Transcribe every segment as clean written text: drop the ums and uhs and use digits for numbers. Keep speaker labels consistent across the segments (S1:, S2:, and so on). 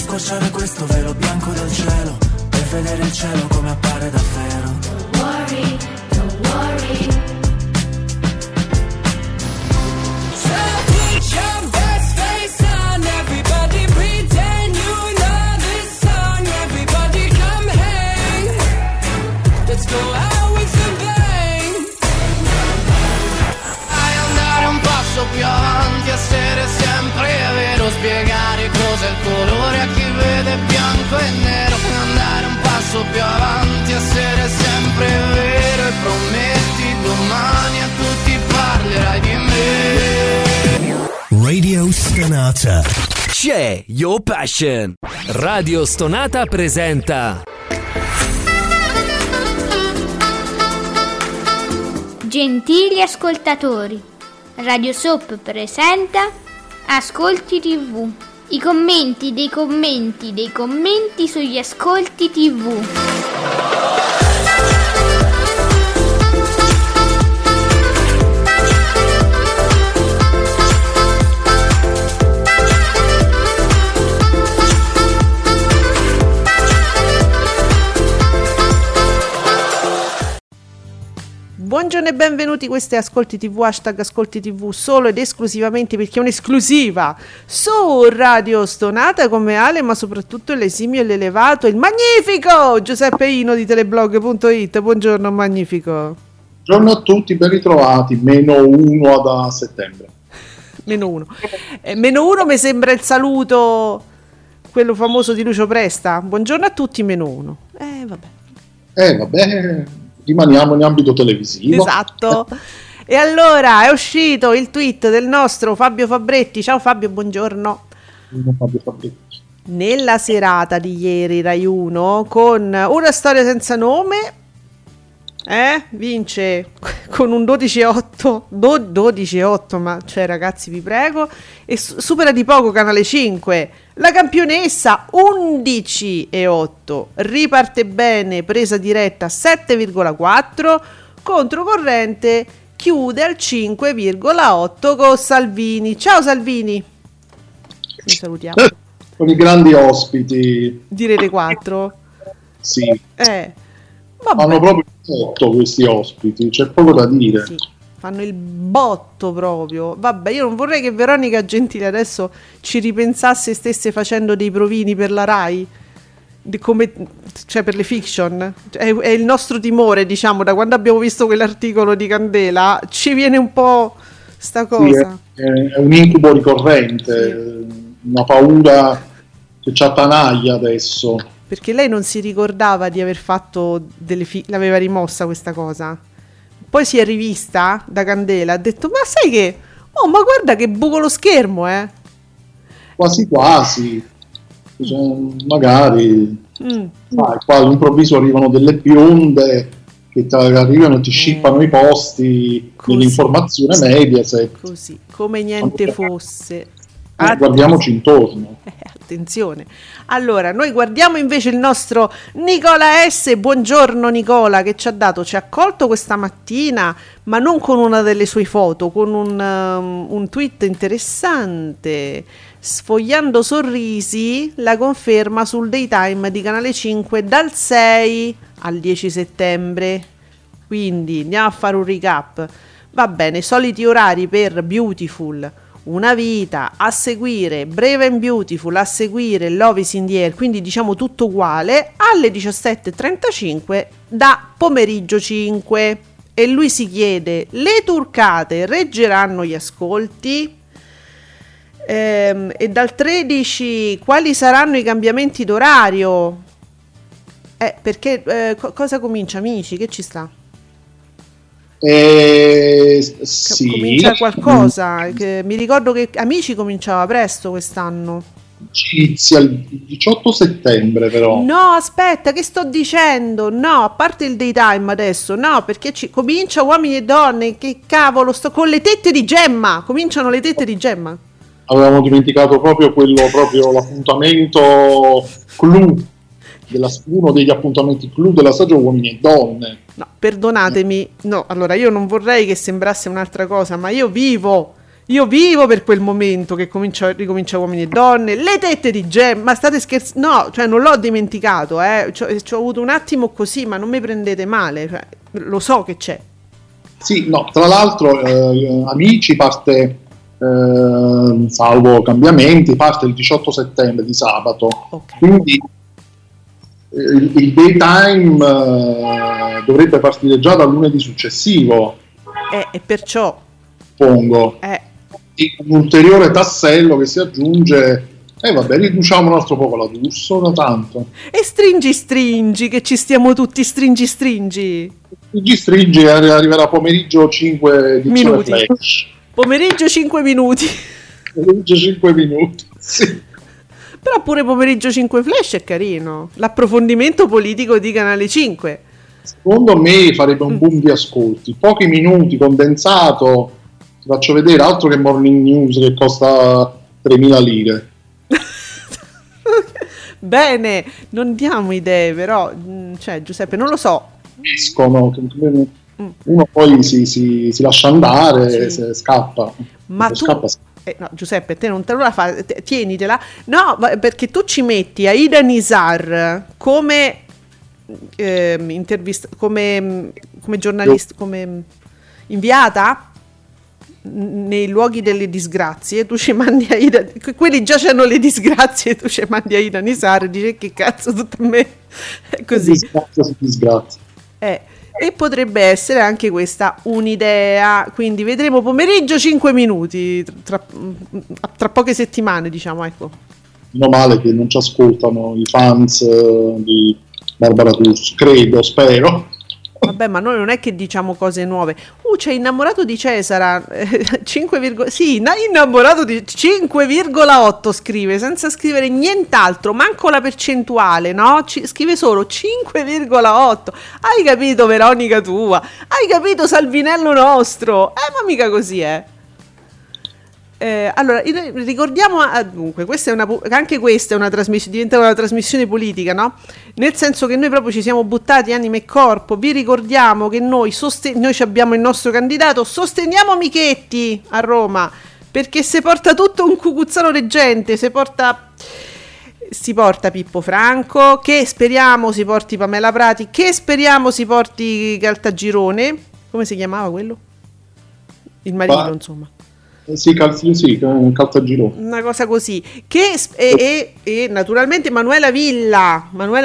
S1: squarciare questo velo bianco del cielo e vedere il cielo come appare davvero.
S2: Don't worry, don't worry.
S3: So put your best face on, everybody pretend you know this song. Everybody come hang, let's go out with the bang.
S4: Dai, andare un passo più avanti, essere sempre vero, spiegare cos'è il colore a chi vede bianco e nero. Andare un passo più avanti, essere sempre vero, e prometti domani a tutti parlerai di me.
S5: Radio Stonata.
S6: C'è Your Passion. Radio Stonata presenta
S7: Gentili ascoltatori, Radio Soap presenta Ascolti TV. I commenti dei commenti dei commenti sugli ascolti TV.
S8: Buongiorno e benvenuti, questo è Ascolti TV, hashtag Ascolti TV, solo ed esclusivamente perché è un'esclusiva su Radio Stonata, come Ale, ma soprattutto l'esimio e l'elevato, il magnifico Giuseppe Ino di teleblog.it. Buongiorno magnifico.
S9: Buongiorno a tutti, ben ritrovati, -1 da settembre.
S8: -1. -1 mi sembra il saluto, quello famoso di Lucio Presta. Buongiorno a tutti, -1.
S9: Vabbè, rimaniamo in ambito televisivo.
S8: Esatto. E allora è uscito il tweet del nostro Fabio Fabretti. Ciao Fabio, buongiorno.
S9: Fabio Fabretti.
S8: Nella serata di ieri Rai 1 con Una storia senza nome, vince con un 12,8 12,8, ma cioè ragazzi vi prego, e supera di poco Canale 5. La campionessa 11,8, riparte bene, presa diretta 7,4, controcorrente chiude al 5,8 con Salvini. Ciao Salvini, vi salutiamo.
S9: Con i grandi ospiti
S8: di Rete 4.
S9: Sì.
S8: Vabbè.
S9: Fanno proprio il botto questi ospiti, c'è poco da dire.
S8: Sì, fanno il botto proprio. Vabbè, io non vorrei che Veronica Gentili adesso ci ripensasse e stesse facendo dei provini per la Rai, come, cioè per le fiction. È il nostro timore, diciamo, da quando abbiamo visto quell'articolo di Candela, ci viene un po' sta cosa.
S9: Sì, è un incubo ricorrente, una paura che ci attanaglia adesso.
S8: Perché lei non si ricordava di aver fatto l'aveva rimossa questa cosa. Poi si è rivista da Candela, ha detto: ma sai che? Oh, ma guarda che buco lo schermo,
S9: Quasi quasi. Cioè, magari sai, qua all'improvviso arrivano delle bionde che arrivano e ti scippano i posti dell'informazione Mediaset.
S8: Così, come niente fosse.
S9: Guardiamoci intorno.
S8: Attenzione. Allora, noi guardiamo invece il nostro Nicola S. Buongiorno Nicola, che ci ha accolto questa mattina, ma non con una delle sue foto, con un tweet interessante. Sfogliando sorrisi, la conferma sul daytime di Canale 5 dal 6 al 10 settembre. Quindi andiamo a fare un recap. Va bene, soliti orari per Beautiful, Una vita, a seguire Brave and Beautiful, a seguire Love is in the air, quindi diciamo tutto uguale, alle 17.35 da pomeriggio 5. E lui si chiede: le turcate reggeranno gli ascolti? E dal 13 quali saranno i cambiamenti d'orario? Perché cosa comincia, amici? Che ci sta?
S9: Sì.
S8: Comincia qualcosa, che mi ricordo che Amici cominciava presto quest'anno.
S9: Inizia il 18 settembre però.
S8: No, aspetta, che sto dicendo? No, a parte il daytime adesso, no, perché comincia Uomini e Donne, che cavolo, sto con le tette di Gemma, cominciano le tette di Gemma.
S9: Avevamo dimenticato proprio l'appuntamento clou, uno degli appuntamenti clou della stagione Uomini e Donne.
S8: No, perdonatemi, no, allora io non vorrei che sembrasse un'altra cosa, ma io vivo Io vivo per quel momento che ricomincia Uomini e Donne, le tette di Gem, ma state scherzando? No, cioè non l'ho dimenticato, ci ho avuto un attimo così, ma non mi prendete male, cioè, lo so che c'è.
S9: Sì, no, tra l'altro Amici parte, salvo cambiamenti, parte il 18 settembre di sabato,
S8: Okay.
S9: Quindi il daytime dovrebbe partire già dal lunedì successivo,
S8: E perciò...
S9: suppongo. Un ulteriore tassello che si aggiunge, vabbè, riduciamo un altro poco la d'Urso, da tanto.
S8: E stringi, che ci stiamo tutti stringi.
S9: Stringi, arriverà pomeriggio 5 edizione
S8: Minuti.
S9: Flash.
S8: Pomeriggio 5 minuti.
S9: Pomeriggio 5 minuti, sì.
S8: Però pure pomeriggio 5 Flash è carino. L'approfondimento politico di Canale 5.
S9: Secondo me farebbe un boom di ascolti. Pochi minuti, condensato. Ti faccio vedere, altro che Morning News che costa 3.000 lire.
S8: Bene, non diamo idee, però, cioè, Giuseppe, non lo so.
S9: Escono, uno poi si lascia andare,
S8: Sì.
S9: scappa.
S8: Ma tu...
S9: Scappa.
S8: no, Giuseppe, te non te la fai, tienitela. No, perché tu ci metti Aida Nisar come intervista, come giornalista, come inviata nei luoghi delle disgrazie. Tu ci mandi Aida, quelli già c'hanno le disgrazie, tu ci mandi Aida Nisar e dici che cazzo tutto a me è così.
S9: Disgrazia su disgrazia.
S8: E potrebbe essere anche questa un'idea, quindi vedremo pomeriggio 5 minuti tra poche settimane, diciamo, ecco.
S9: Meno male che non ci ascoltano i fans di Barbara D'Urso, credo, spero.
S8: Vabbè, ma noi non è che diciamo cose nuove. C'è innamorato di Cesara, 5, sì, innamorato di 5,8 scrive, senza scrivere nient'altro, manco la percentuale, no? Scrive solo 5,8. Hai capito, Veronica tua? Hai capito, Salvinello nostro? Ma mica così, allora, ricordiamo, dunque, anche questa è una trasmissione, diventa una trasmissione politica, no? Nel senso che noi proprio ci siamo buttati anima e corpo. Vi ricordiamo che noi abbiamo il nostro candidato, sosteniamo Michetti a Roma, perché se porta tutto un cucuzzaro reggente, si porta Pippo Franco, che speriamo si porti Pamela Prati, che speriamo si porti Caltagirone, come si chiamava quello? Il marito, insomma.
S9: Sì, Caltagirone.
S8: Una cosa così. E naturalmente Manuela Villa.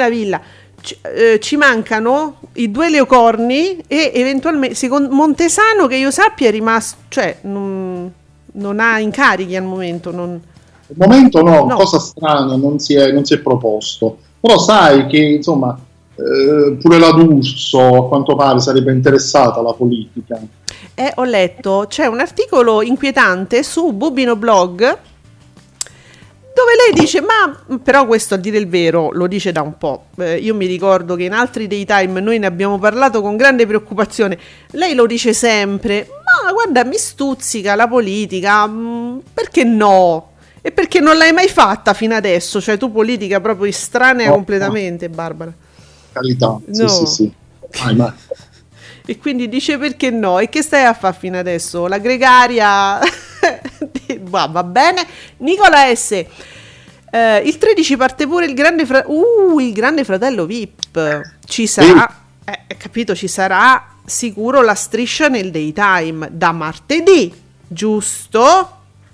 S8: Ci mancano i 2 Leocorni e eventualmente, secondo Montesano, che io sappia, è rimasto, cioè non ha incarichi al momento. Al
S9: momento no, cosa strana, non si è proposto. Però sai che, insomma, pure la D'Urso a quanto pare sarebbe interessata alla politica.
S8: Ho letto, c'è un articolo inquietante su Bubino Blog dove lei dice, ma però questo, a dire il vero, lo dice da un po'. Io mi ricordo che in altri daytime noi ne abbiamo parlato con grande preoccupazione. Lei lo dice sempre, ma guarda, mi stuzzica la politica, perché no? E perché non l'hai mai fatta fino adesso? Cioè, tu politica proprio estranea completamente, Barbara.
S9: Carità,
S8: No.
S9: sì. Ma
S8: E quindi dice perché no? E che stai a fare fino adesso? La gregaria? Va bene. Nicola S. Il 13 parte pure il grande fratello VIP. Ci sarà, capito, ci sarà sicuro la striscia nel daytime da martedì, giusto?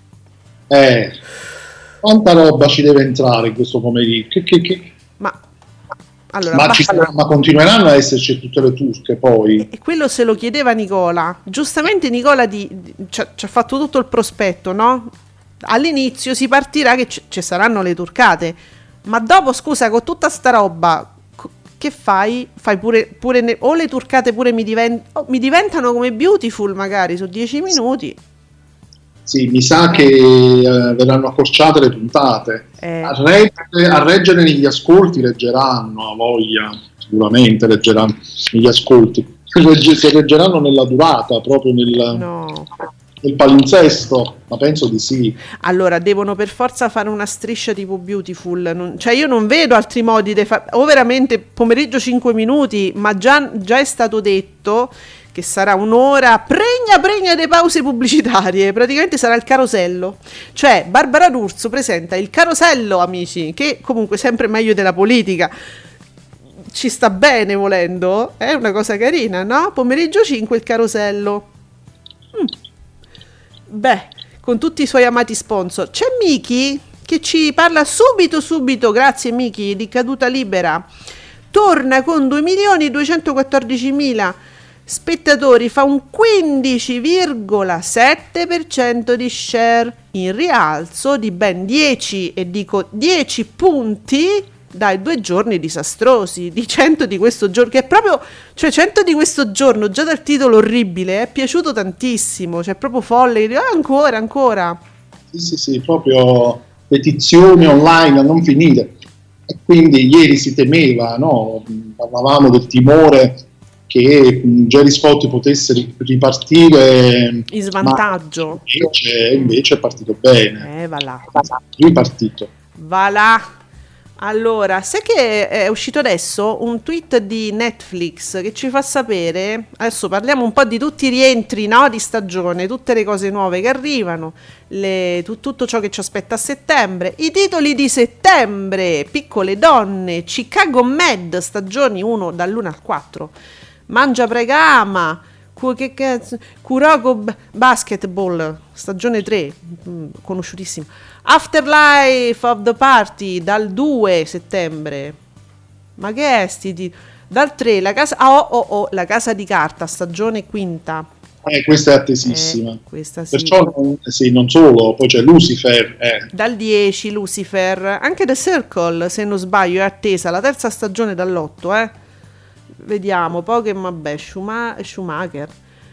S9: Quanta roba ci deve entrare in questo pomeriggio?
S8: Allora,
S9: ma continueranno a esserci tutte le turche poi?
S8: E quello se lo chiedeva Nicola. Giustamente Nicola ci ha fatto tutto il prospetto, no? All'inizio si partirà che ci saranno le turcate, ma dopo, scusa, con tutta sta roba che fai? Fai pure o le turcate pure mi diventano come Beautiful, magari su 10 minuti.
S9: Sì, mi sa che verranno accorciate le puntate. A reggere negli ascolti reggeranno, a voglia, sicuramente reggeranno negli ascolti. Se reggeranno nella durata, proprio nel...
S8: No.
S9: del palinsesto, ma penso di sì.
S8: Allora, devono per forza fare una striscia tipo Beautiful, cioè io non vedo altri modi o veramente pomeriggio 5 minuti, ma già è stato detto che sarà un'ora pregna di pause pubblicitarie, praticamente sarà il carosello, cioè Barbara D'Urso presenta il carosello, amici, che comunque sempre meglio della politica, ci sta bene volendo, è una cosa carina, no? Pomeriggio 5 il carosello. Beh, con tutti i suoi amati sponsor. C'è Miki che ci parla subito, grazie Miki, di Caduta Libera. Torna con 2.214.000 spettatori, fa un 15,7% di share, in rialzo di ben 10 punti dai 2 giorni disastrosi, di 100 di questo giorno, che è proprio, cioè 100 di questo giorno, già dal titolo orribile, è piaciuto tantissimo, cioè proprio folle, ancora.
S9: Sì, proprio petizioni online a non finire. E quindi ieri si temeva, no? Parlavamo del timore che Gerry Scotti potesse ripartire
S8: in svantaggio,
S9: invece è partito bene,
S8: va là.
S9: Ripartito.
S8: Va là. Allora, sai che è uscito adesso un tweet di Netflix che ci fa sapere, adesso parliamo un po' di tutti i rientri, no, di stagione, tutte le cose nuove che arrivano, tutto ciò che ci aspetta a settembre, i titoli di settembre: Piccole donne, Chicago Med, stagioni 1 dall'1 al 4, Mangia Prega Ama, Kuroko Basketball, stagione 3, conosciutissimo, Afterlife of the Party dal 2 settembre. Ma che è dal 3 la casa la casa di carta, stagione 5.
S9: Questa è attesissima.
S8: Questa sì.
S9: Perciò non solo, poi c'è Lucifer.
S8: Dal 10 Lucifer, anche The Circle, se non sbaglio, è attesa la terza stagione dall'8, Vediamo, poi che vabbè, Schumacher.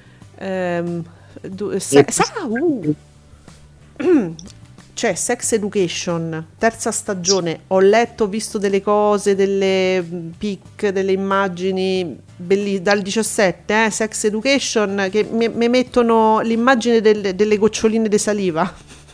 S8: C'è Sex Education, terza stagione. Ho letto, ho visto delle cose, delle pic, delle immagini dal 17, Sex Education, che mi mettono l'immagine delle goccioline di saliva.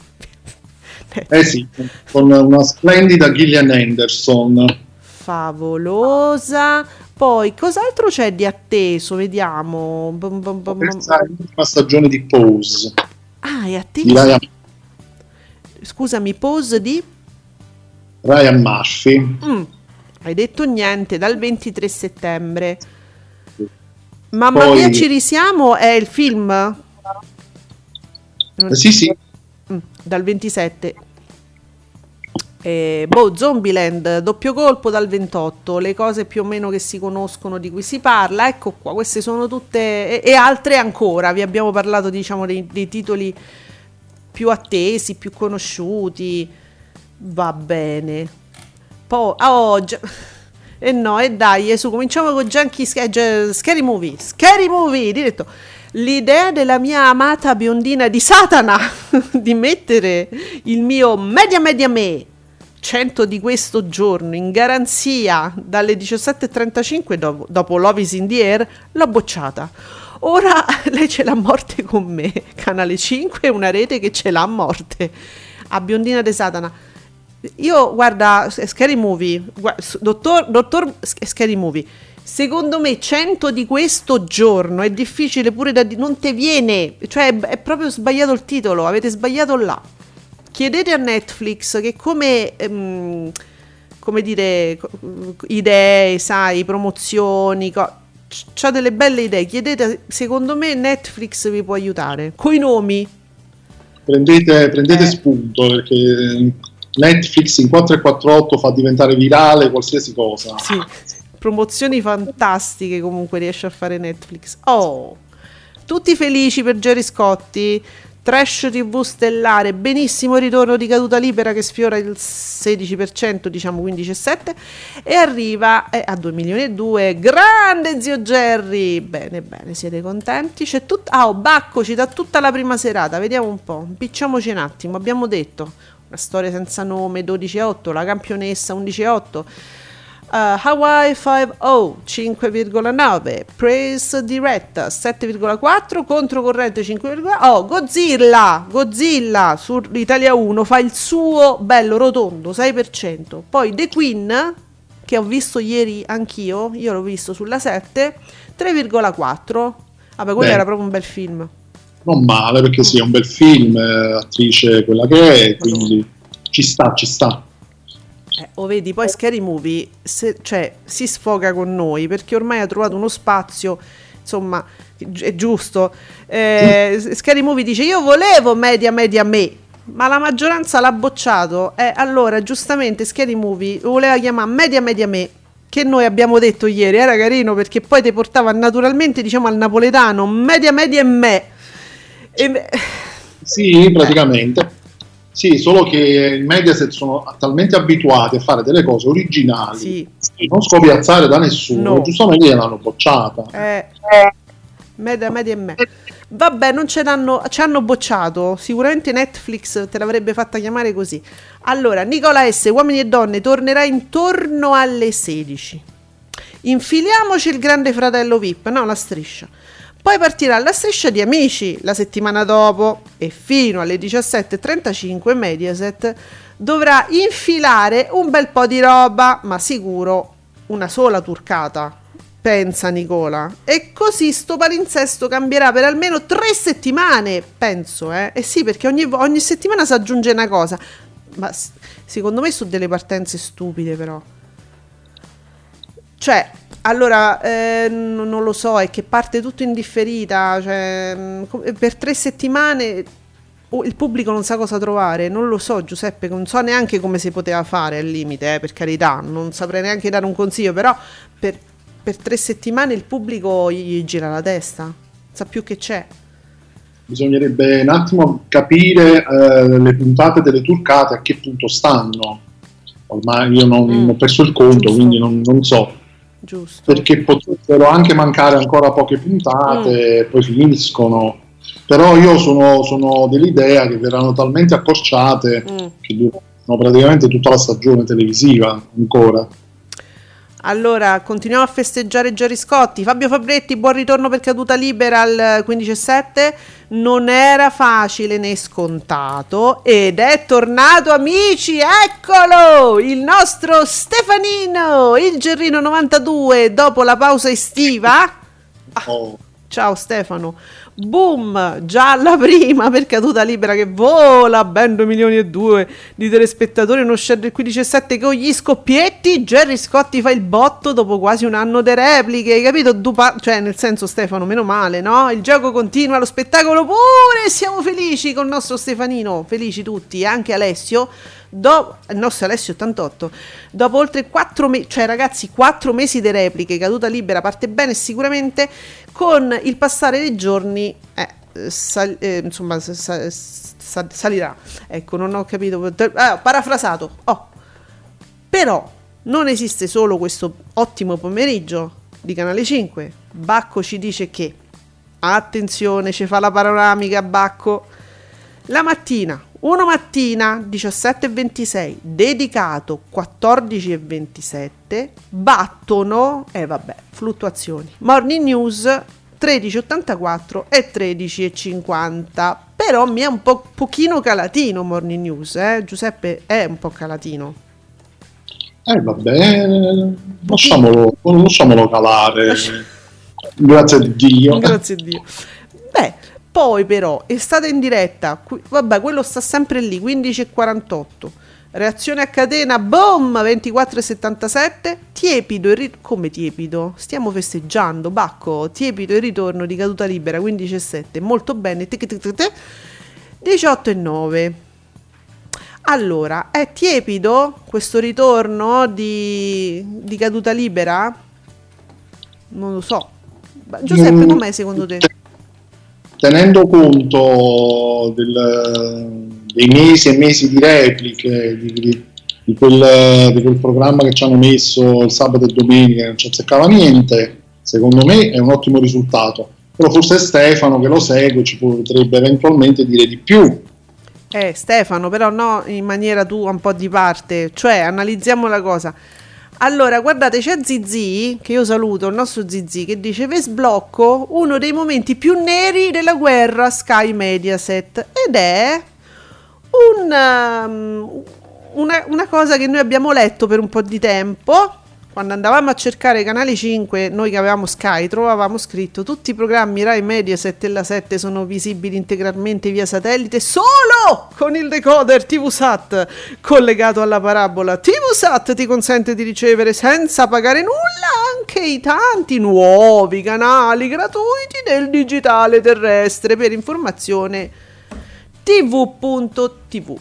S9: Sì, con una splendida Gillian Anderson.
S8: Favolosa. Poi cos'altro c'è di atteso? Vediamo.
S9: Questa è l'ultima stagione di Pose.
S8: È atteso. Scusami, Pose di
S9: Ryan Murphy.
S8: Hai detto niente, dal 23 settembre. Mamma mia, ci risiamo, è il film?
S9: Sì.
S8: Dal 27. Zombieland, doppio colpo dal 28, le cose più o meno che si conoscono, di cui si parla, ecco qua, queste sono tutte, e altre ancora, vi abbiamo parlato, diciamo, dei titoli più attesi, più conosciuti, va bene. Poi, su, cominciamo con Scary Movie, diretto. L'idea della mia amata biondina di Satana di mettere il mio media me 100 di questo giorno in garanzia dalle 17.35 dopo Love is in the Air, l'ho bocciata. Ora lei ce l'ha a morte con me. Canale 5 è una rete che ce l'ha a morte. A biondina di Satana. Io, guarda, Scary Movie, dottor Scary Movie, secondo me 100 di questo giorno è difficile pure non te viene, cioè è proprio sbagliato il titolo, avete sbagliato là. Chiedete a Netflix che come dire, idee, sai, promozioni, c'ha delle belle idee, chiedete, secondo me Netflix vi può aiutare, coi nomi.
S9: Prendete spunto, perché Netflix in 448 fa diventare virale qualsiasi cosa.
S8: Sì, promozioni fantastiche comunque riesce a fare Netflix. Tutti felici per Gerry Scotti. Trash TV stellare, benissimo il ritorno di Caduta Libera che sfiora il 16%, diciamo 15,7%, e arriva a 2 milioni e 2. Grande zio Gerry, bene, siete contenti? C'è Bacco ci dà tutta la prima serata, vediamo un po', impicciamoci un attimo. Abbiamo detto una storia senza nome 12,8, la campionessa 11,8, Hawaii 5-0 5,9, Press Diretta 7,4, Controcorrente 5,0. Godzilla su Italia 1 fa il suo bello rotondo 6%. Poi The Queen, che ho visto ieri anch'io, io l'ho visto sulla 7, 3,4. Vabbè, quello era proprio un bel film.
S9: Non male, perché sì, è un bel film, attrice quella che è, quindi ci sta.
S8: O vedi, poi Scary Movie si sfoga con noi, perché ormai ha trovato uno spazio, insomma, è giusto. Scary Movie dice: io volevo media me, ma la maggioranza l'ha bocciato. Allora, giustamente, Scary Movie voleva chiamare media me, che noi abbiamo detto ieri, era carino, perché poi ti portava naturalmente, diciamo, al napoletano, media e me.
S9: Sì, praticamente. Sì, solo che il Mediaset sono talmente abituati a fare delle cose originali, non scopiazzare da nessuno, giustamente gliel'hanno bocciata.
S8: Media e me. Vabbè, non ci hanno bocciato. Sicuramente Netflix te l'avrebbe fatta chiamare così. Allora, Nicola S, Uomini e Donne, tornerà intorno alle 16. Infiliamoci il Grande Fratello VIP, no, la striscia. Poi partirà la striscia di Amici la settimana dopo e fino alle 17:35 Mediaset dovrà infilare un bel po' di roba, ma sicuro una sola turcata, pensa Nicola. E così sto palinsesto cambierà per almeno 3 settimane, penso, Eh sì, perché ogni settimana si aggiunge una cosa, ma secondo me su delle partenze stupide, però. Cioè, allora, non lo so, è che parte tutto in differita, cioè, per 3 settimane il pubblico non sa cosa trovare, non lo so Giuseppe, non so neanche come si poteva fare al limite, per carità, non saprei neanche dare un consiglio, però per 3 settimane il pubblico gli gira la testa, sa più che c'è.
S9: Bisognerebbe un attimo capire le puntate delle turcate a che punto stanno, ormai io non ho perso il conto, giusto. Quindi non so. Giusto. Perché potrebbero anche mancare ancora poche puntate, poi finiscono. Però io sono dell'idea che verranno talmente accorciate che durano praticamente tutta la stagione televisiva ancora.
S8: Allora, continuiamo a festeggiare Gerry Scotti. Fabio Fabretti, buon ritorno per Caduta Libera al 15:7. Non era facile né scontato ed è tornato, amici, eccolo! Il nostro Stefanino, il Gerrino 92, dopo la pausa estiva. Ciao Stefano. Boom, già alla prima per Caduta Libera che vola, ben 2 milioni e 2 di telespettatori, uno share del 15,7 con gli scoppietti. Gerry Scotti fa il botto dopo quasi un anno di repliche, hai capito? Cioè, nel senso, Stefano, meno male, no? Il gioco continua, lo spettacolo pure, siamo felici con il nostro Stefanino, felici tutti, anche Alessio. Il nostro Alessio 88, dopo oltre 4 mesi, cioè ragazzi, 4 mesi di repliche, Caduta Libera parte bene, sicuramente con il passare dei giorni insomma salirà. Ecco, non ho capito, parafrasato. Però non esiste solo questo ottimo pomeriggio di Canale 5. Bacco ci dice che, attenzione, ci fa la panoramica Bacco, la mattina 17:26, dedicato 14:27, battono, fluttuazioni, Morning News 13:84 e 13:50, però mi è un pochino calatino Morning News, Giuseppe, è un po' calatino.
S9: Vabbè, lasciamolo calare, grazie a Dio.
S8: Grazie a Dio. Beh, poi però è stata in diretta, vabbè, quello sta sempre lì, 15:48, reazione a catena, boom, 24:77, tiepido come tiepido? Stiamo festeggiando, Bacco, tiepido il ritorno di Caduta Libera, 15:7, molto bene, 18:9. Allora, è tiepido questo ritorno di Caduta Libera? Non lo so. Giuseppe, com'è secondo te?
S9: Tenendo conto dei mesi e mesi di repliche, di quel programma che ci hanno messo il sabato e domenica, che non ci azzeccava niente, secondo me è un ottimo risultato. Però forse Stefano, che lo segue, ci potrebbe eventualmente dire di più.
S8: Stefano, però no in maniera tua un po' di parte, cioè analizziamo la cosa. Allora, guardate, c'è Zizi, che io saluto, il nostro Zizi, che dice: ve sblocco uno dei momenti più neri della guerra Sky Mediaset, ed è una cosa che noi abbiamo letto per un po' di tempo. Quando andavamo a cercare Canale 5, noi che avevamo Sky, trovavamo scritto: tutti i programmi Rai Mediaset e la 7 sono visibili integralmente via satellite solo con il decoder TVSAT collegato alla parabola. TVSAT ti consente di ricevere senza pagare nulla anche i tanti nuovi canali gratuiti del digitale terrestre. Per informazione tv.tv.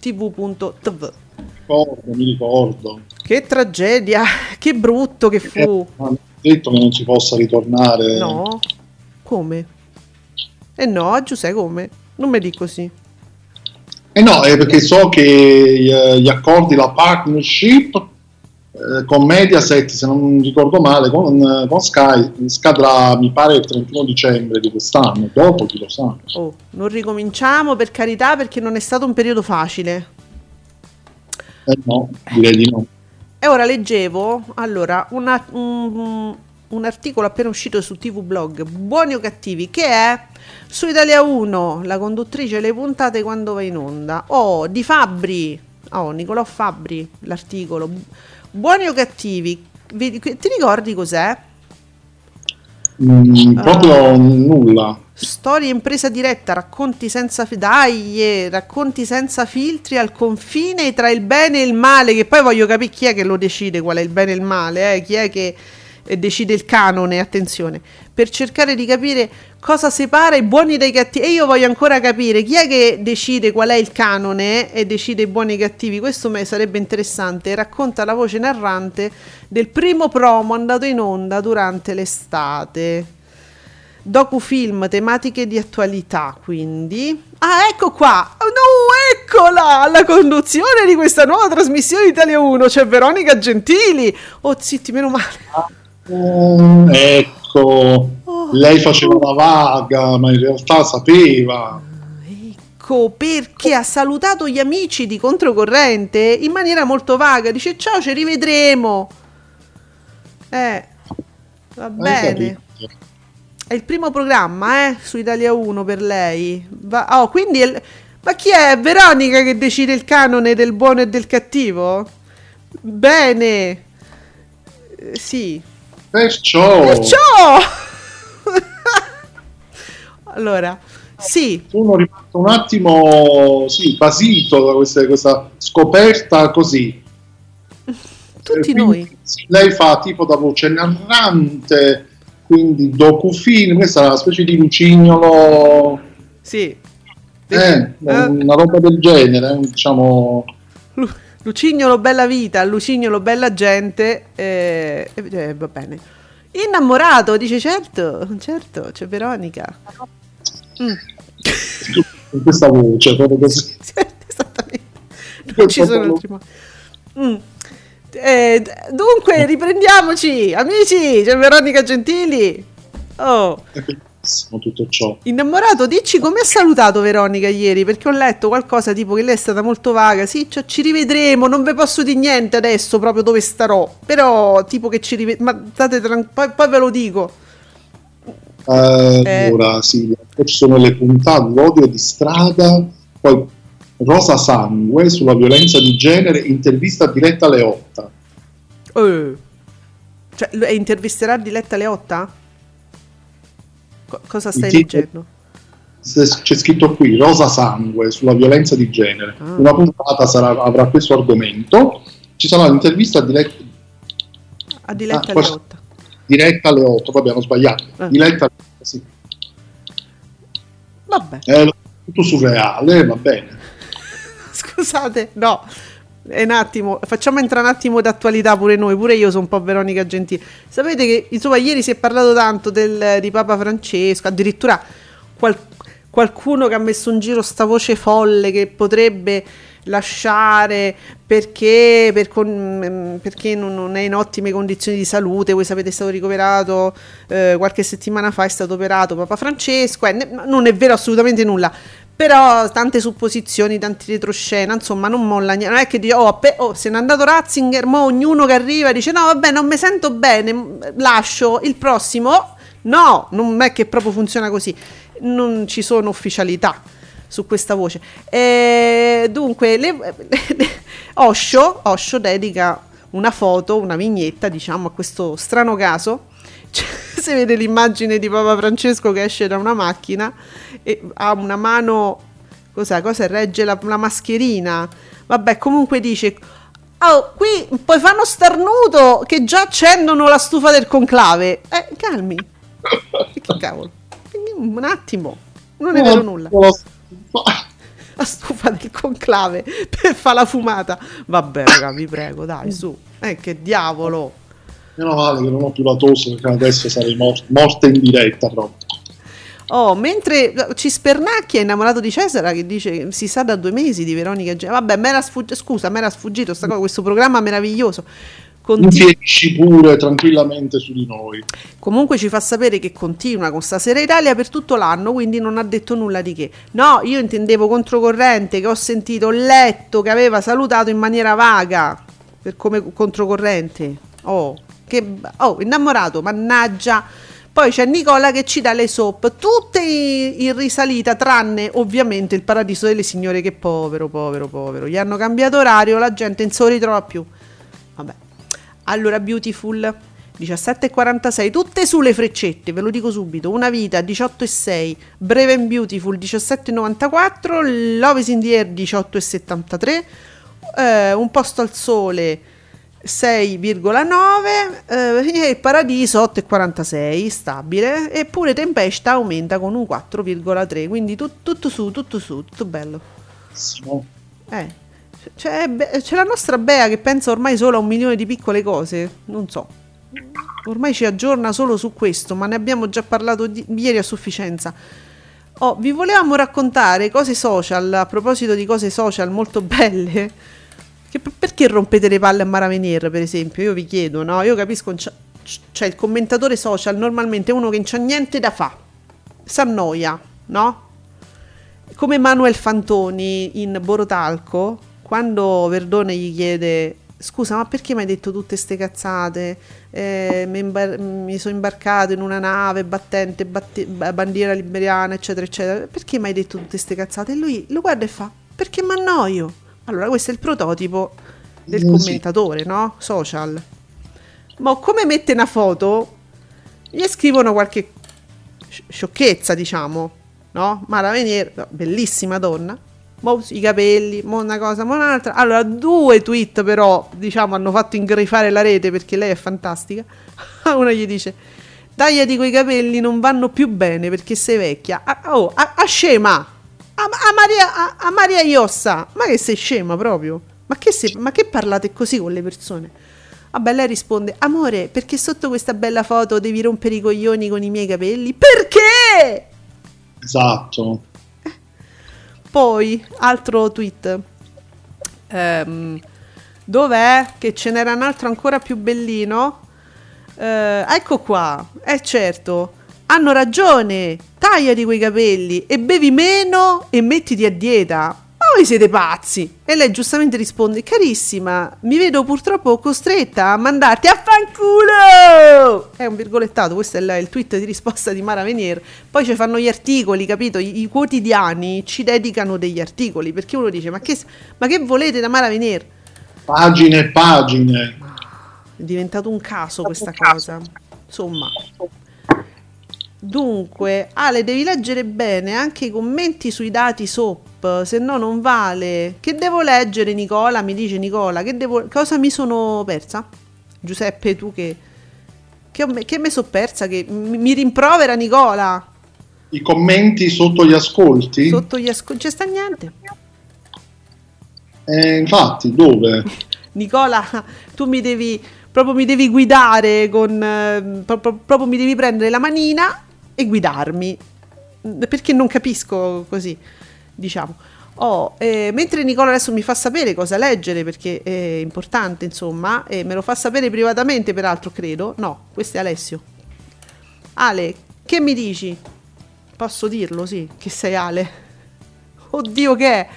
S9: Mi ricordo.
S8: Che tragedia, che brutto che fu.
S9: Hanno detto che non si possa ritornare.
S8: No, come? No, Giuseppe, come? Non mi dico così.
S9: No, è perché so che gli accordi, la partnership con Mediaset, se non ricordo male, con Sky scadrà, mi pare, il 31 dicembre di quest'anno. Dopo chi lo sa.
S8: Oh, non ricominciamo, per carità, perché non è stato un periodo facile.
S9: No, direi di no.
S8: E ora leggevo, allora, un articolo appena uscito su TV Blog, Buoni o Cattivi, che è su Italia 1, la conduttrice le puntate quando va in onda. Di Fabbri, Nicolò Fabbri, l'articolo. Buoni o Cattivi, ti ricordi cos'è?
S9: Proprio nulla.
S8: Storia in presa diretta, racconti senza filtri al confine tra il bene e il male, che poi voglio capire chi è che lo decide qual è il bene e il male, chi è che decide il canone, attenzione, per cercare di capire cosa separa i buoni dai cattivi. E io voglio ancora capire chi è che decide qual è il canone e decide i buoni e i cattivi. Questo mi sarebbe interessante. Racconta la voce narrante del primo promo andato in onda durante l'estate. Docufilm, tematiche di attualità, quindi. Ecco qua! No, eccola! Alla conduzione di questa nuova trasmissione di Italia 1 c'è Veronica Gentili. Oh, zitti, meno male.
S9: Ecco, lei faceva la vaga, ma in realtà sapeva.
S8: Ecco perché ha salutato gli amici di Controcorrente in maniera molto vaga. Dice: ciao, ci rivedremo. Va bene. È il primo programma, su Italia 1 per lei. Quindi ma chi è? Veronica che decide il canone del buono e del cattivo? Bene. Sì.
S9: Perciò.
S8: Allora, sì.
S9: Sono rimasto un attimo basito da questa scoperta così.
S8: Tutti noi.
S9: Lei fa tipo da voce narrante, quindi docufilm, questa è una specie di lucignolo.
S8: Sì.
S9: Una roba del genere, diciamo.
S8: Lucignolo bella vita, Lucignolo bella gente, va bene. Innamorato, dice certo, c'è Veronica.
S9: In questa voce, proprio così.
S8: Esattamente. Non ci sono altri modi. Dunque, riprendiamoci, amici, c'è Veronica Gentili.
S9: È bellissimo tutto ciò.
S8: Innamorato, dici come ha salutato Veronica ieri, perché ho letto qualcosa tipo che lei è stata molto vaga. Sì, ci rivedremo, non vi posso dire niente adesso proprio dove starò, però tipo che ci rivedremo, ma state poi ve lo dico.
S9: Ora sì, poi ci sono le puntate, l'odio di strada, poi Rosa Sangue sulla violenza di genere, intervista diretta Leotta.
S8: Cioè, intervisterà Diletta Leotta? Cosa stai leggendo?
S9: C'è scritto qui Rosa Sangue sulla violenza di genere. Una puntata avrà questo argomento. Ci sarà un'intervista a Diletta Leotta. Diretta Leotta, vabbè, hanno sbagliato. Diletta Leotta, sì.
S8: Vabbè.
S9: Tutto surreale, va bene.
S8: Scusate, no. Un attimo, facciamo entrare un attimo d'attualità pure noi, pure io sono un po' Veronica Gentili. Sapete che insomma ieri si è parlato tanto di Papa Francesco, addirittura qualcuno che ha messo in giro sta voce folle che potrebbe lasciare perché non è in ottime condizioni di salute. Voi sapete, è stato ricoverato qualche settimana fa, è stato operato Papa Francesco, non è vero assolutamente nulla. Però tante supposizioni, tanti retroscena, insomma non molla niente. Non è che dice se n'è andato Ratzinger, mo ognuno che arriva dice no vabbè non mi sento bene, lascio il prossimo. No, non è che proprio funziona così, non ci sono ufficialità su questa voce. Dunque Osho dedica una foto, una vignetta diciamo a questo strano caso. Si vede l'immagine di Papa Francesco che esce da una macchina e ha una mano, cosa regge la mascherina. Vabbè, comunque dice qui poi fanno starnuto che già accendono la stufa del conclave. Calmi, che cavolo, un attimo, non è vero nulla. La stufa del conclave per fare la fumata. Vabbè raga, vi prego, dai, su, che diavolo.
S9: Meno male che non ho più la tosse, perché adesso sarei morta in diretta proprio.
S8: Mentre ci spernacchia, innamorato di Cesara, che dice che si sa da 2 mesi di Veronica Vabbè, mi era sfuggito sta cosa, questo programma meraviglioso.
S9: Infierisci pure tranquillamente su di noi.
S8: Comunque ci fa sapere che continua con Stasera Italia per tutto l'anno, quindi non ha detto nulla di che. No, io intendevo Controcorrente, che ho letto che aveva salutato in maniera vaga per come Controcorrente. Innamorato, mannaggia. Poi c'è Nicola che ci dà le soap, tutte in risalita, tranne ovviamente il Paradiso delle Signore, che povero. Gli hanno cambiato orario, la gente non se lo ritrova più. Vabbè. Allora, Beautiful 17,46, tutte sulle freccette, ve lo dico subito. Una vita 18,6, Brave and Beautiful 17,94, Love is in the Air 18,73, Un posto al sole 6,9, e il Paradiso 8,46, stabile. Eppure Tempesta aumenta con un 4,3, quindi tutto su, tutto bello.
S9: Sì.
S8: C'è la nostra Bea che pensa ormai solo a 1 milione di piccole cose, non so, ormai ci aggiorna solo su questo, ma ne abbiamo già parlato ieri a sufficienza. Vi volevamo raccontare cose social, a proposito di cose social molto belle, che perché rompete le palle a Mara Venier, per esempio? Io vi chiedo, no? Io capisco, c'è il commentatore social, normalmente è uno che non c'ha niente da fa, s'annoia, no? Come Manuel Fantoni in Borotalco, quando Verdone gli chiede scusa, ma perché mi hai detto tutte ste cazzate? Mi sono imbarcato in una nave battente, bandiera liberiana, eccetera, eccetera. Perché mi hai detto tutte ste cazzate? E lui lo guarda e fa, perché mi annoio. Allora, questo è il prototipo del commentatore, no? Social. Ma come mette una foto, gli scrivono qualche sciocchezza, diciamo, no? Mara Venier, bellissima donna, mo i capelli, mo una cosa, mo un'altra. Allora, 2 tweet però, diciamo, hanno fatto ingrifare la rete, perché lei è fantastica. Una gli dice, tagliati quei capelli, non vanno più bene perché sei vecchia. A scema, a Maria Iossa, ma che sei scema proprio? Ma che parlate così con le persone? Vabbè, lei risponde, amore, perché sotto questa bella foto devi rompere i coglioni con i miei capelli? Perché?
S9: Esatto.
S8: Poi, altro tweet. Dov'è? Che ce n'era un altro ancora più bellino. Ecco qua. Certo, hanno ragione. Tagliati quei capelli e bevi meno e mettiti a dieta. Ma voi siete pazzi? E lei giustamente risponde, carissima, mi vedo purtroppo costretta a mandarti a fanculo. È un virgolettato, questo è il tweet di risposta di Mara Venier. Poi ci fanno gli articoli, capito? I quotidiani ci dedicano degli articoli, perché uno dice, ma che volete da Mara Venier?
S9: Pagine e pagine.
S8: È diventato un caso questa cosa. Insomma. Dunque, Ale, devi leggere bene anche i commenti sui dati SOP, se no non vale. Che devo leggere, Nicola? Mi dice Nicola, cosa mi sono persa? Giuseppe, tu che mi sono persa? Che mi rimprovera Nicola?
S9: I commenti sotto gli ascolti?
S8: Sotto gli ascolti, c'è sta niente.
S9: Infatti, dove?
S8: Nicola, tu mi devi guidare proprio mi devi prendere la manina e guidarmi, perché non capisco così, diciamo. Mentre Nicola adesso mi fa sapere cosa leggere, perché è importante, insomma, e me lo fa sapere privatamente, peraltro, credo. No, questo è Alessio. Ale, che mi dici? Posso dirlo, sì, che sei Ale? Oddio, che è?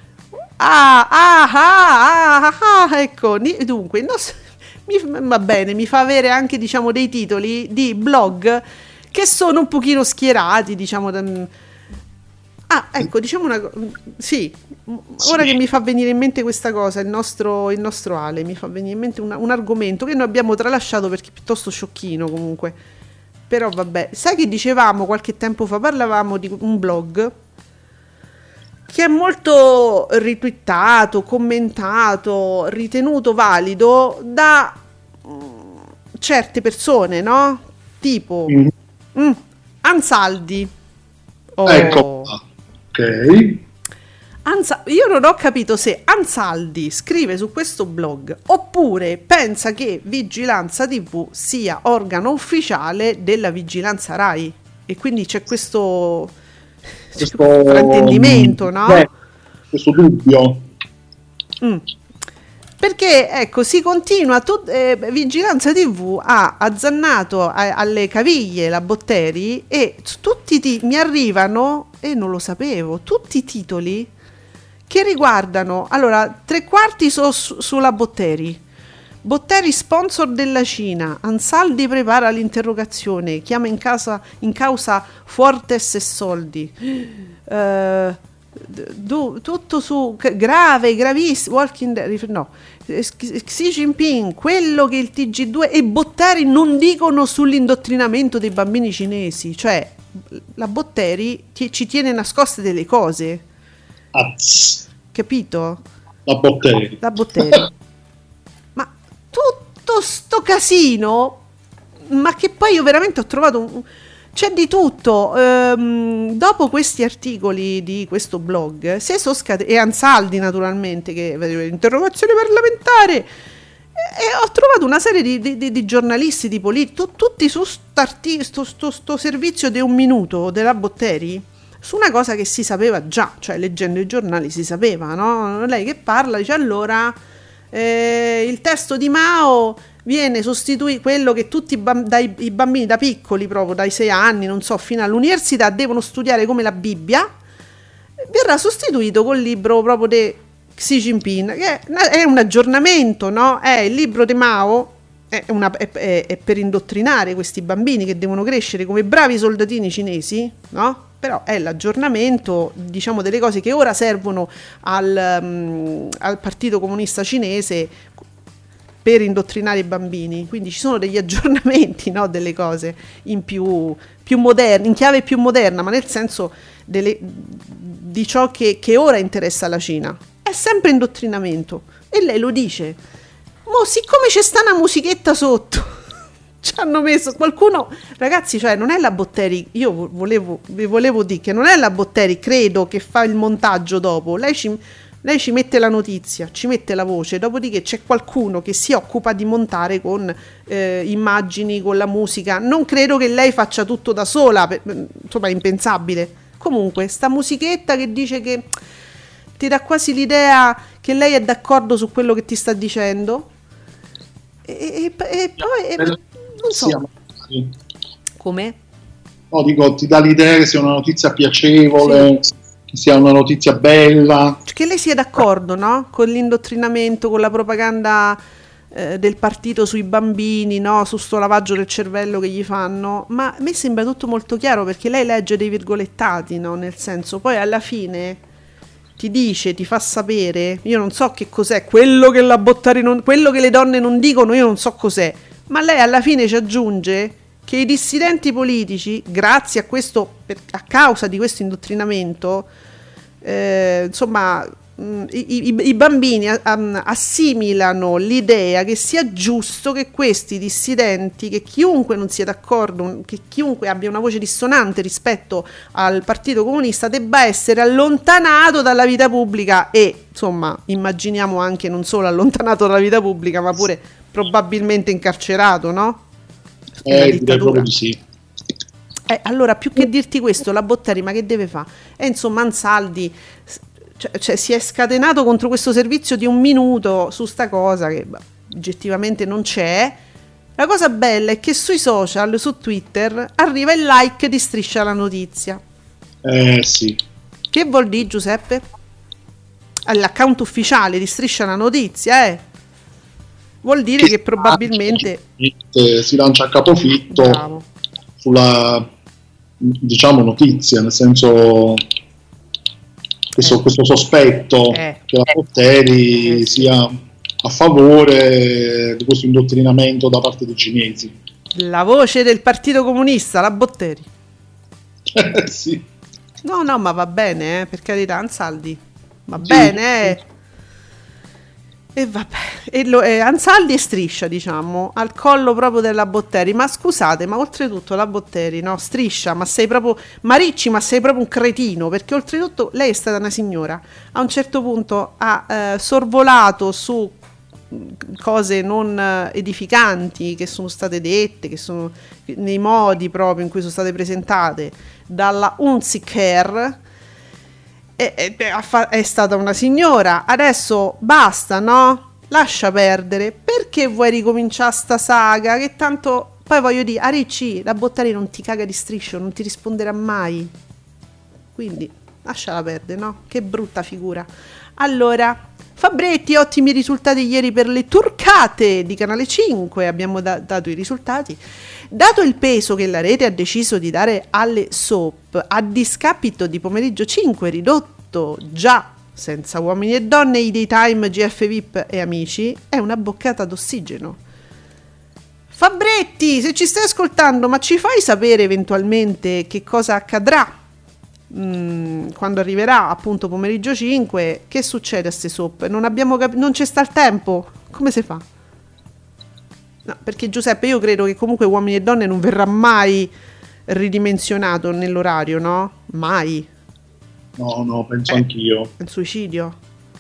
S8: Ecco, dunque, va bene, mi fa avere anche, diciamo, dei titoli di blog che sono un pochino schierati, diciamo. Ecco, diciamo sì, ora che mi fa venire in mente questa cosa, il nostro Ale mi fa venire in mente un argomento che noi abbiamo tralasciato perché è piuttosto sciocchino comunque. Però vabbè, sai che dicevamo qualche tempo fa, parlavamo di un blog che è molto ritwittato, commentato, ritenuto valido da certe persone, no? Tipo Ansaldi.
S9: Ecco, ok.
S8: Io non ho capito se Ansaldi scrive su questo blog oppure pensa che Vigilanza TV sia organo ufficiale della Vigilanza Rai e quindi c'è questo fraintendimento, no?
S9: Questo dubbio.
S8: Perché ecco, si continua, Vigilanza TV ha azzannato alle caviglie la Botteri e mi arrivano, e non lo sapevo, tutti i titoli che riguardano, allora, 3/4 sulla Botteri. Botteri sponsor della Cina, Ansaldi prepara l'interrogazione, chiama in causa Fuertes e soldi, tutto su gravissimo, Walking Dead, no, Xi Jinping, quello che il TG2 e Botteri non dicono sull'indottrinamento dei bambini cinesi, cioè la Botteri ci tiene nascoste delle cose, capito?
S9: La Botteri.
S8: Ma tutto sto casino, ma che poi io veramente ho trovato c'è di tutto. Dopo questi articoli di questo blog e Ansaldi naturalmente, che interrogazione parlamentare, e ho trovato una serie di giornalisti, di politici, tutti su sto servizio di un minuto della Botteri, su una cosa che si sapeva già, cioè leggendo i giornali si sapeva, no? Lei che parla, dice allora il testo di Mao viene sostituito, quello che tutti i bambini da piccoli, proprio dai 6 anni, non so, fino all'università devono studiare come la Bibbia, verrà sostituito col libro proprio di Xi Jinping, che è un aggiornamento, no? È il libro di Mao, è per indottrinare questi bambini che devono crescere come bravi soldatini cinesi, no? Però è l'aggiornamento, diciamo, delle cose che ora servono al Partito Comunista Cinese per indottrinare i bambini. Quindi ci sono degli aggiornamenti, no, delle cose in più moderni, in chiave più moderna, ma nel senso di ciò che ora interessa alla Cina. È sempre indottrinamento. E lei lo dice. Mo, siccome c'è sta una musichetta sotto, ci hanno messo qualcuno, ragazzi, cioè non è la Botteri, io vi volevo dire che non è la Botteri, credo, che fa il montaggio dopo, lei ci mette la notizia, ci mette la voce, dopodiché c'è qualcuno che si occupa di montare con immagini, con la musica. Non credo che lei faccia tutto da sola, insomma è impensabile. Comunque sta musichetta che dice che ti dà quasi l'idea che lei è d'accordo su quello che ti sta dicendo e poi non so come,
S9: no, dico, ti dà l'idea che sia una notizia piacevole, sì, che sia una notizia bella,
S8: che lei sia d'accordo, no? Con l'indottrinamento, con la propaganda del partito sui bambini, no? Su sto lavaggio del cervello che gli fanno. Ma a me sembra tutto molto chiaro, perché lei legge dei virgolettati, no? Nel senso, poi alla fine ti dice, ti fa sapere, io non so che cos'è quello che la Botteri quello che le donne non dicono, io non so cos'è, ma lei alla fine ci aggiunge che i dissidenti politici, grazie a questo, a causa di questo indottrinamento, insomma, i bambini assimilano l'idea che sia giusto che questi dissidenti, che chiunque non sia d'accordo, che chiunque abbia una voce dissonante rispetto al Partito Comunista, debba essere allontanato dalla vita pubblica e, insomma, immaginiamo anche non solo allontanato dalla vita pubblica, ma pure probabilmente incarcerato, no?
S9: Dittatura. Sì.
S8: Allora, più che dirti questo, la Botteri ma che deve fare? Insomma, Ansaldi cioè si è scatenato contro questo servizio di un minuto su sta cosa che oggettivamente non c'è. La cosa bella è che sui social, su Twitter, arriva il like di Striscia la Notizia.
S9: Sì.
S8: Che vuol dire, Giuseppe? All'account ufficiale di Striscia la Notizia, vuol dire che probabilmente
S9: si lancia a capofitto.
S8: Bravo.
S9: Sulla, diciamo, notizia, nel senso questo sospetto che la Botteri sia a favore di questo indottrinamento da parte dei cinesi.
S8: La voce del Partito Comunista, la Botteri.
S9: Sì.
S8: No, ma va bene, per carità, Ansaldi. Va bene, E vabbè, Ansaldi e Striscia, diciamo, al collo proprio della Botteri. Ma scusate, ma oltretutto la Botteri, no, Striscia, ma sei proprio Maricci, ma sei proprio un cretino, perché oltretutto lei è stata una signora, a un certo punto ha sorvolato su cose non edificanti che sono state dette, che sono nei modi proprio in cui sono state presentate dalla Unziker. È stata una signora, adesso basta, no? Lascia perdere, perché vuoi ricominciare sta saga? Che tanto, poi voglio dire, Ricci, la Botteri non ti caga di striscio, non ti risponderà mai, quindi lasciala perdere, no? Che brutta figura. Allora, Fabretti, ottimi risultati ieri per le turcate di Canale 5, abbiamo dato i risultati. Dato il peso che la rete ha deciso di dare alle soap, a discapito di Pomeriggio 5, ridotto già senza uomini e donne, i daytime, GF VIP e Amici, è una boccata d'ossigeno. Fabretti, se ci stai ascoltando, ma ci fai sapere eventualmente che cosa accadrà quando arriverà appunto Pomeriggio 5? Che succede a ste soap? Non ci sta il tempo? Come si fa? No, perché Giuseppe, io credo che comunque Uomini e Donne non verrà mai ridimensionato nell'orario, no? Mai.
S9: No, penso anch'io.
S8: Il suicidio.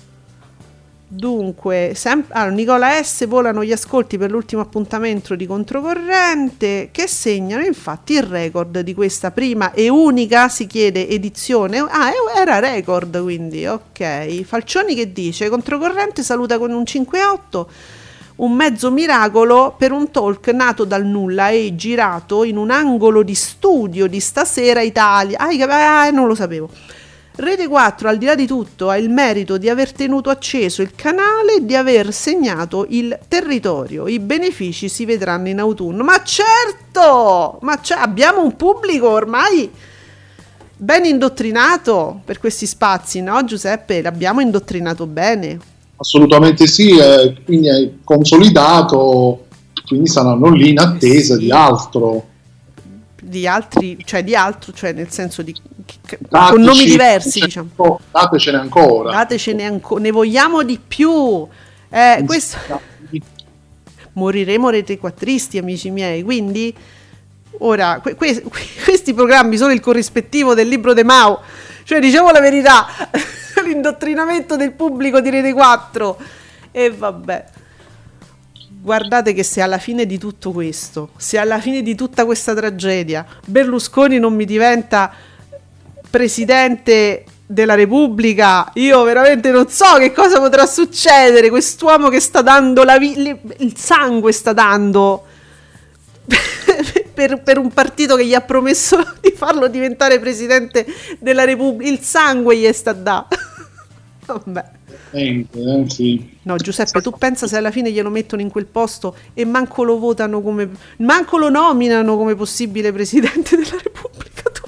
S8: Dunque, Nicola S. volano gli ascolti per l'ultimo appuntamento di Controcorrente, che segnano infatti il record di questa prima e unica, si chiede, edizione. Era record, quindi, ok. Falcioni che dice: Controcorrente saluta con un 5-8, un mezzo miracolo per un talk nato dal nulla e girato in un angolo di studio di Stasera Italia. Non lo sapevo. Rete 4, al di là di tutto, ha il merito di aver tenuto acceso il canale e di aver segnato il territorio. I benefici si vedranno in autunno. Ma certo! Abbiamo un pubblico ormai ben indottrinato per questi spazi, no Giuseppe? L'abbiamo indottrinato bene.
S9: Assolutamente sì, quindi è consolidato, quindi saranno lì in attesa di altro.
S8: Di altro, cioè nel senso di con nomi diversi, diciamo.
S9: Datecene ancora.
S8: Ne vogliamo di più. Questo moriremo retequattristi, amici miei. Quindi ora questi programmi sono il corrispettivo del libro de Mao, cioè diciamo la verità, l'indottrinamento del pubblico di Rete 4. E vabbè. Guardate che se alla fine di tutto questo, se alla fine di tutta questa tragedia Berlusconi non mi diventa presidente della Repubblica, io veramente non so che cosa potrà succedere. Quest'uomo che sta dando il sangue sta dando per un partito che gli ha promesso di farlo diventare presidente della Repubblica, il sangue gli sta da. Vabbè.
S9: Sì.
S8: No, Giuseppe, tu pensa se alla fine glielo mettono in quel posto e manco lo votano manco lo nominano come possibile presidente della Repubblica, tu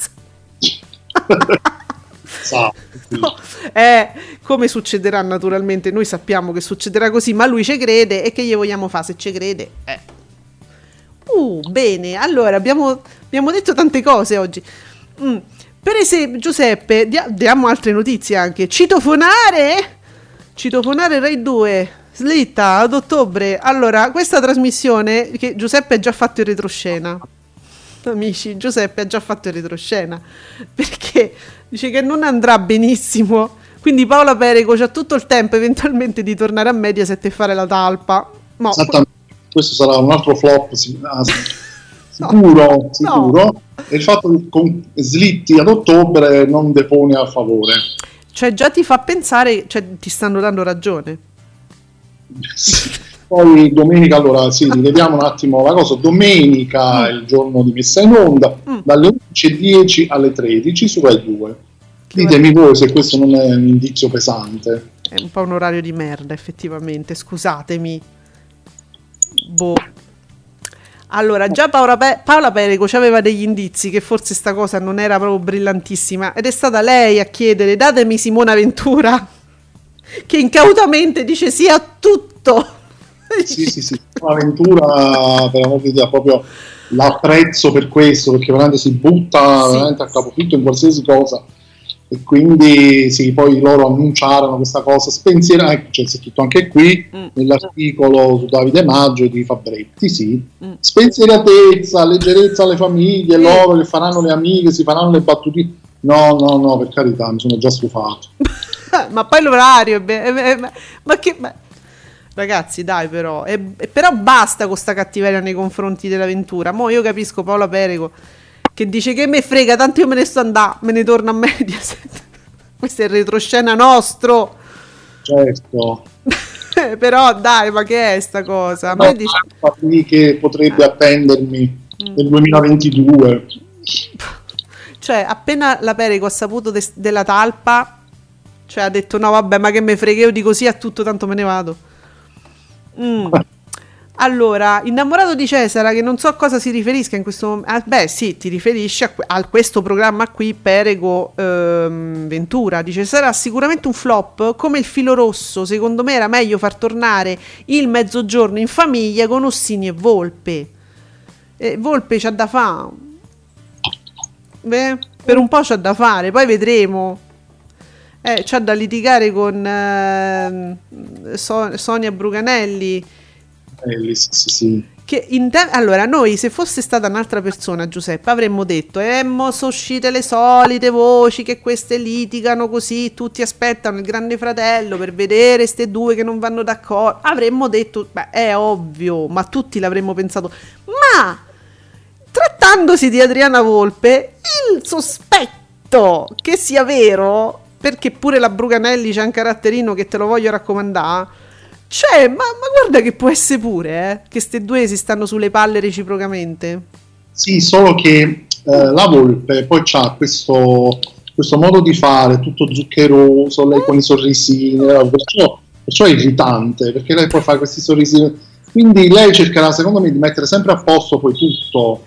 S8: pensa? No, come succederà naturalmente, noi sappiamo che succederà così, ma lui ci crede e che gli vogliamo fare se ci crede? Bene, allora abbiamo detto tante cose oggi. Per esempio, Giuseppe, diamo altre notizie anche. Citofonare Rai 2, slitta ad ottobre. Allora, questa trasmissione che Giuseppe ha già fatto in retroscena. Amici, Giuseppe ha già fatto in retroscena perché dice che non andrà benissimo. Quindi Paola Perego c'ha tutto il tempo eventualmente di tornare a Mediaset e fare la talpa.
S9: Esattamente, questo sarà un altro flop sicuro. No. E il fatto che con Slitti ad ottobre non depone a favore.
S8: Cioè già ti fa pensare, cioè ti stanno dando ragione.
S9: Sì. Poi domenica, allora sì, rivediamo un attimo la cosa. Domenica è il giorno di messa in onda, dalle 11:10 alle 13 su Rai 2. Ditemi voi se questo non è un indizio pesante.
S8: È un po' un orario di merda, effettivamente, scusatemi. Boh. Allora, già Paola Perego ci aveva degli indizi che forse sta cosa non era proprio brillantissima, ed è stata lei a chiedere: datemi Simona Ventura, che incautamente dice sì a tutto.
S9: Sì, Ventura, per amor di Dio, proprio l'apprezzo per questo, perché veramente si butta veramente a capofitto in qualsiasi cosa. E quindi sì, poi loro annunciarono questa cosa spensierata, c'è scritto anche qui nell'articolo su Davide Maggio di Fabretti, spensieratezza, leggerezza alle famiglie, loro che faranno le amiche, si faranno le battutine. No, per carità, mi sono già stufato.
S8: Ma poi l'orario ragazzi, dai, però basta con sta cattiveria nei confronti dell'Avventura. Mo' io capisco Paola Perego che dice che me frega, tanto io me ne sto andando, me ne torno a Mediaset. Questo è il retroscena nostro.
S9: Certo.
S8: Però dai, ma che è sta cosa?
S9: No, che potrebbe attendermi nel 2022.
S8: Cioè, appena la Perego ha saputo della talpa, cioè ha detto no vabbè, ma che me frega, io dico sì a tutto, tanto me ne vado. Allora, innamorato di Cesara, che non so a cosa si riferisca in questo momento. Beh sì, ti riferisci a questo programma qui, Perego Ventura. Dice: sarà sicuramente un flop come il filo rosso. Secondo me era meglio far tornare il Mezzogiorno in famiglia con Ossini e Volpe. Volpe c'ha da fare. Beh, per un po' c'ha da fare, poi vedremo. C'ha da litigare con Sonia Bruganelli.
S9: Sì.
S8: Che allora, noi, se fosse stata un'altra persona, Giuseppe, avremmo detto: mo sono uscite le solite voci che queste litigano così, tutti aspettano il Grande Fratello per vedere ste due che non vanno d'accordo. Avremmo detto: beh, è ovvio, ma tutti l'avremmo pensato. Ma trattandosi di Adriana Volpe, il sospetto che sia vero, perché pure la Bruganelli c'ha un caratterino che te lo voglio raccomandare. Cioè, ma guarda che può essere pure, che ste due si stanno sulle palle reciprocamente.
S9: Sì, solo che la Volpe poi c'ha questo modo di fare tutto zuccheroso, lei con i sorrisini, perciò è irritante, perché lei poi fa questi sorrisini, quindi lei cercherà secondo me di mettere sempre a posto poi tutto.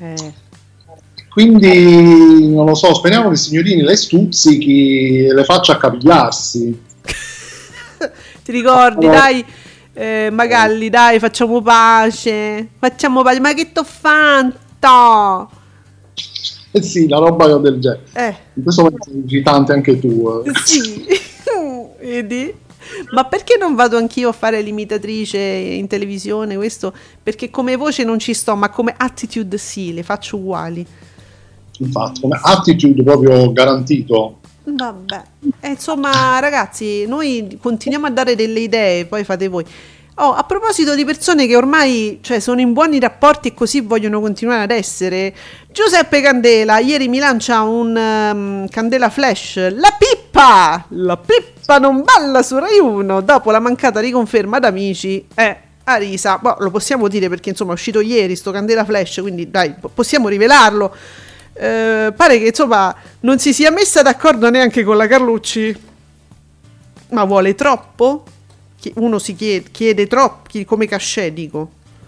S9: Quindi non lo so, speriamo che i signorini le stuzzichi e le faccia accapigliarsi.
S8: Ti ricordi, dai, Magalli, dai, facciamo pace, ma che t'ho fatto?
S9: Sì, la roba del genere. In questo momento sei irritante anche tu.
S8: Sì, vedi? Ma perché non vado anch'io a fare l'imitatrice in televisione? Questo perché come voce non ci sto, ma come attitude sì, le faccio uguali.
S9: Infatti, come attitude proprio garantito.
S8: Vabbè, insomma, ragazzi, noi continuiamo a dare delle idee, poi fate voi. A proposito di persone che ormai, cioè, sono in buoni rapporti e così vogliono continuare ad essere, Giuseppe Candela ieri mi lancia un Candela Flash. La Pippa non balla su Rai 1 dopo la mancata riconferma ad Amici. Arisa, lo possiamo dire perché insomma è uscito ieri sto Candela Flash, quindi dai, possiamo rivelarlo. Pare che insomma non si sia messa d'accordo neanche con la Carlucci, ma vuole troppo? Uno si chiede troppo come cachet, dico.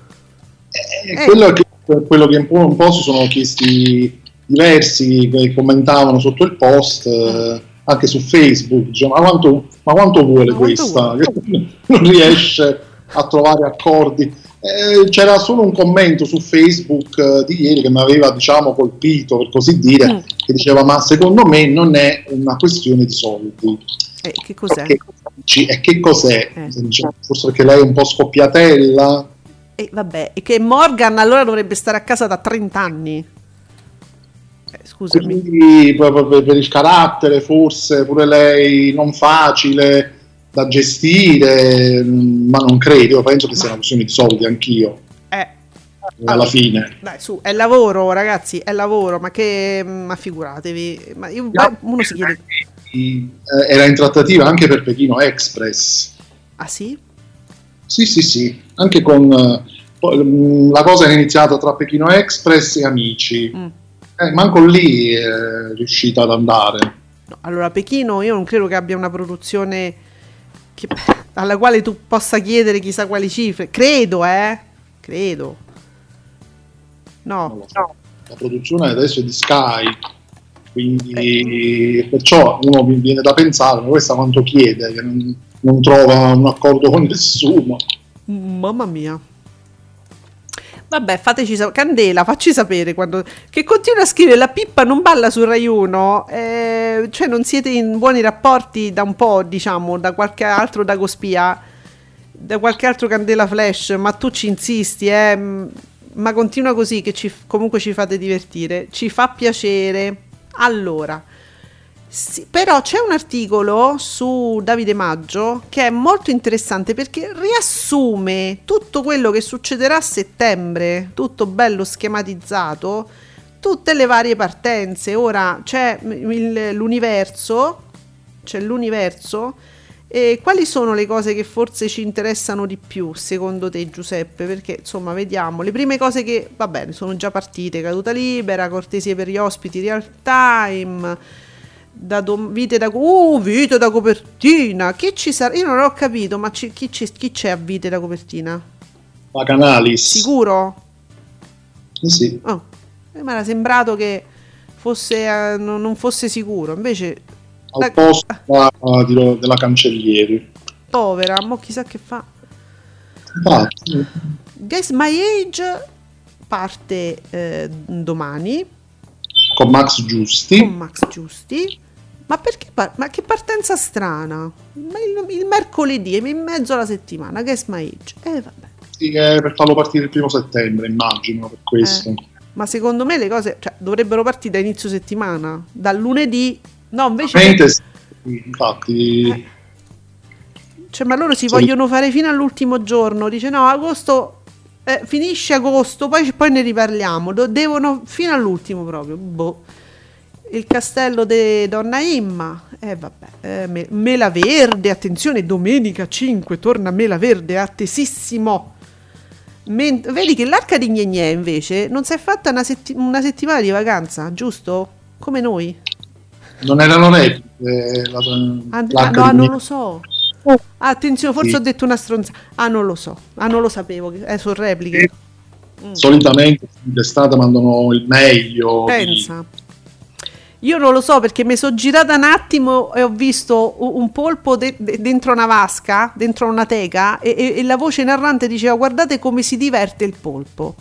S9: Quello che un po' si sono chiesti diversi che commentavano sotto il post, anche su Facebook, diciamo, ma quanto vuole questa? Non riesce a trovare accordi. C'era solo un commento su Facebook di ieri che mi aveva, diciamo, colpito, per così dire, che diceva: ma secondo me non è una questione di soldi.
S8: Che cos'è?
S9: Che cos'è? Forse perché lei è un po' scoppiatella.
S8: Vabbè, e che Morgan allora dovrebbe stare a casa da 30 anni. Scusami.
S9: Quindi per il carattere, forse pure lei non facile da gestire, ma non credo, penso che sia una questione di soldi anch'io. Alla fine.
S8: Dai, su, è lavoro, ragazzi, è lavoro, ma figuratevi, uno si chiede.
S9: Era in trattativa anche per Pechino Express.
S8: Ah sì?
S9: Sì, anche con la cosa è iniziata tra Pechino Express e Amici. Manco lì è riuscita ad andare.
S8: No, allora, Pechino io non credo che abbia una produzione alla quale tu possa chiedere chissà quali cifre. Credo.
S9: Non
S8: No.
S9: lo so. La produzione adesso è di Sky, quindi perciò uno viene da pensare, ma questa quanto chiede, che non trova un accordo con nessuno.
S8: Mamma mia. Vabbè, fateci sapere. Candela, facci sapere quando. Che continua a scrivere: la Pippa non balla su Rai 1. Cioè, non siete in buoni rapporti da un po', diciamo, da qualche altro Dagospia, da qualche altro Candela Flash. Ma tu ci insisti, ma continua così, che comunque ci fate divertire. Ci fa piacere. Allora. Sì, però c'è un articolo su Davide Maggio che è molto interessante perché riassume tutto quello che succederà a settembre, tutto bello schematizzato, tutte le varie partenze. Ora c'è l'universo, e quali sono le cose che forse ci interessano di più secondo te, Giuseppe? Perché insomma vediamo le prime cose che va bene, sono già partite: caduta libera, cortesie per gli ospiti, real time, vite da copertina. Chi ci sarà? Io non ho capito, ma chi c'è a vite da copertina?
S9: La Canalis.
S8: Sicuro?
S9: Sì.
S8: Oh, mi era sembrato che fosse non fosse sicuro, invece
S9: Al posto della Cancellieri.
S8: povera, mo chissà che fa.
S9: Infatti,
S8: Guess My Age parte domani
S9: con Max Giusti.
S8: con Max Giusti. Ma perché ma che partenza strana? Ma il mercoledì in mezzo alla settimana, Guess My Age. Vabbè.
S9: Sì, è per farlo partire il 1 settembre, immagino, per questo.
S8: Ma secondo me le cose, cioè, dovrebbero partire da inizio settimana, dal lunedì. No, invece
S9: Infatti,
S8: cioè, ma loro si vogliono fare fino all'ultimo giorno. Dice no, agosto finisce agosto, poi ne riparliamo. Devono fino all'ultimo proprio. Boh. Il castello di Donna Imma. Vabbè. Mela Verde, attenzione, domenica 5 torna Mela Verde, attesissimo. Vedi che l'Arca di Gnenè invece non si è fatta una settimana di vacanza, giusto? Come noi.
S9: non erano repliche.
S8: No, non lo so. Attenzione, forse
S9: Sì.
S8: ho detto una stronzata. Non lo so. Non lo sapevo. Sono repliche.
S9: Solitamente d'estate mandano il meglio.
S8: Pensa. Io non lo so perché mi sono girata un attimo e ho visto un polpo dentro una vasca, dentro una teca, e la voce narrante diceva: guardate come si diverte il polpo.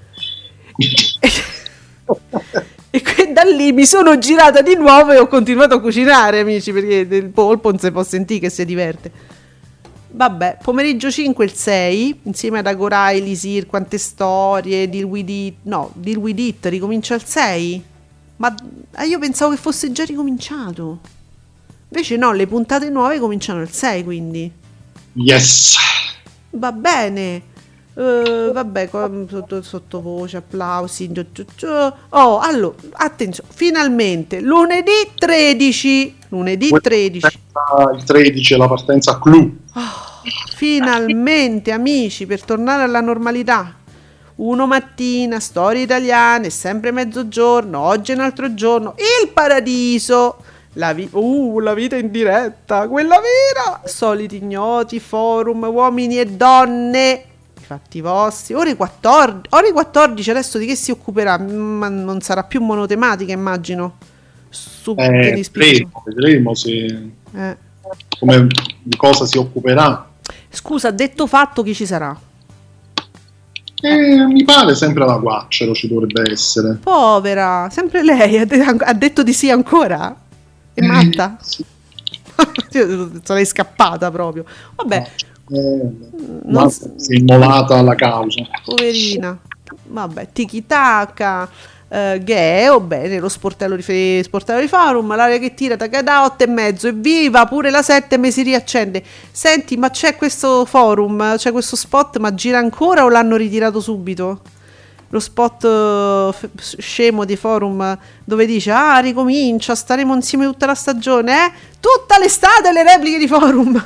S8: E da lì mi sono girata di nuovo e ho continuato a cucinare, amici, perché del polpo non si può sentire che si diverte. Vabbè, pomeriggio 5 il 6, insieme ad Agora, Elisir, quante storie, Deal With It ricomincia il 6. Ma io pensavo che fosse già ricominciato. Invece no, le puntate nuove cominciano il 6, quindi.
S9: Yes.
S8: Va bene. Vabbè, sottovoce, applausi. Oh, allora, attenzione, finalmente, lunedì 13.
S9: Il 13 è la partenza clou.
S8: Finalmente, amici, per tornare alla normalità. Uno mattina, storie italiane, sempre mezzogiorno, oggi è un altro giorno, il paradiso, la vita in diretta, quella vera, soliti ignoti, forum, uomini e donne, i fatti vostri, ore 14, adesso di che si occuperà? Ma non sarà più monotematica, immagino.
S9: Vedremo se come di cosa si occuperà.
S8: Scusa, detto fatto, chi ci sarà?
S9: Mi pare sempre la Guacciaro ci dovrebbe essere.
S8: Povera, sempre lei ha detto di sì ancora? È matta?
S9: Sì.
S8: Io sarei scappata proprio. Vabbè,
S9: Si è immolata alla causa.
S8: poverina. Vabbè, tiki taka, Gheo, bene, lo sportello di forum, l'aria che tira da 8:30, evviva, pure la 7 mi si riaccende. Senti, ma c'è questo forum, c'è questo spot, ma gira ancora o l'hanno ritirato subito? Lo spot scemo di forum dove dice ricomincia, staremo insieme tutta la stagione, tutta l'estate le repliche di forum.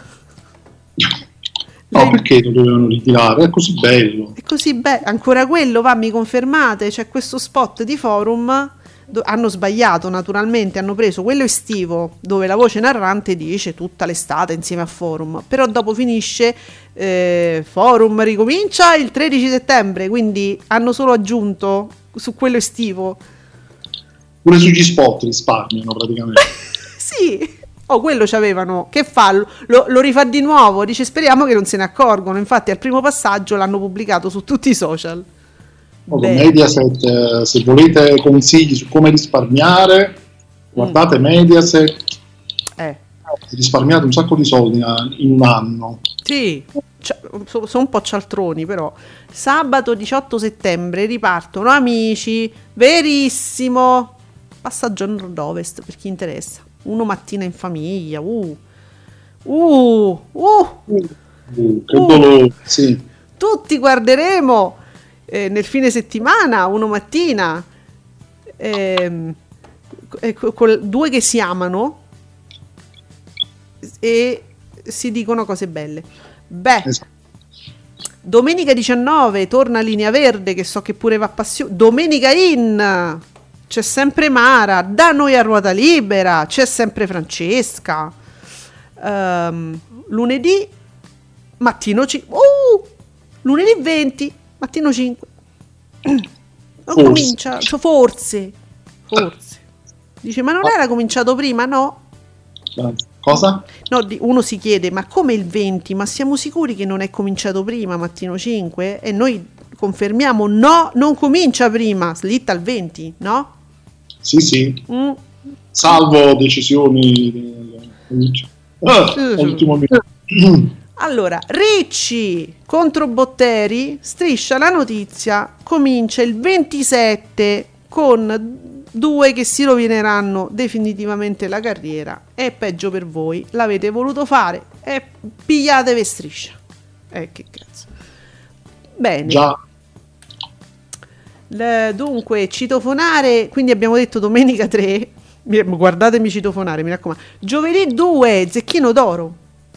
S9: No, perché lo dovevano ritirare? È così bello.
S8: È così bello, ancora quello, mi confermate? C'è questo spot di forum hanno sbagliato naturalmente, hanno preso quello estivo dove la voce narrante dice tutta l'estate insieme a Forum, però dopo finisce Forum ricomincia il 13 settembre, quindi hanno solo aggiunto su quello estivo.
S9: Pure sugli spot risparmiano praticamente.
S8: Sì, quello c'avevano, che fa? Lo rifà di nuovo, dice speriamo che non se ne accorgono, infatti al primo passaggio l'hanno pubblicato su tutti i social.
S9: Mediaset, se volete consigli su come risparmiare, guardate Mediaset, risparmiate un sacco di soldi in un anno.
S8: Sì, sono un po' cialtroni, però sabato 18 settembre ripartono Amici, verissimo, passaggio nord-ovest per chi interessa, uno mattina in famiglia,
S9: che dolore, sì.
S8: Tutti guarderemo nel fine settimana, uno mattina, due che si amano e si dicono cose belle. Esatto. Domenica 19 torna Linea Verde, che so che pure va passione. Domenica c'è sempre Mara, da noi a ruota libera, c'è sempre Francesca. Lunedì mattino lunedì 20 mattino 5 non comincia, forse dice, ma non era cominciato prima? No.
S9: Cosa?
S8: No, uno si chiede, ma come il 20? Ma siamo sicuri che non è cominciato prima mattino 5? E noi confermiamo, no, non comincia prima, slitta al 20, no?
S9: Sì. Salvo decisioni ultimo minuto.
S8: Allora, Ricci contro Botteri, striscia la notizia, comincia il 27 con due che si rovineranno definitivamente la carriera. È peggio per voi, l'avete voluto fare e pigliatevi striscia. Che cazzo. Bene.
S9: Già.
S8: Dunque, citofonare, quindi abbiamo detto domenica 3, guardatemi citofonare, mi raccomando. Giovedì 2, Zecchino d'Oro.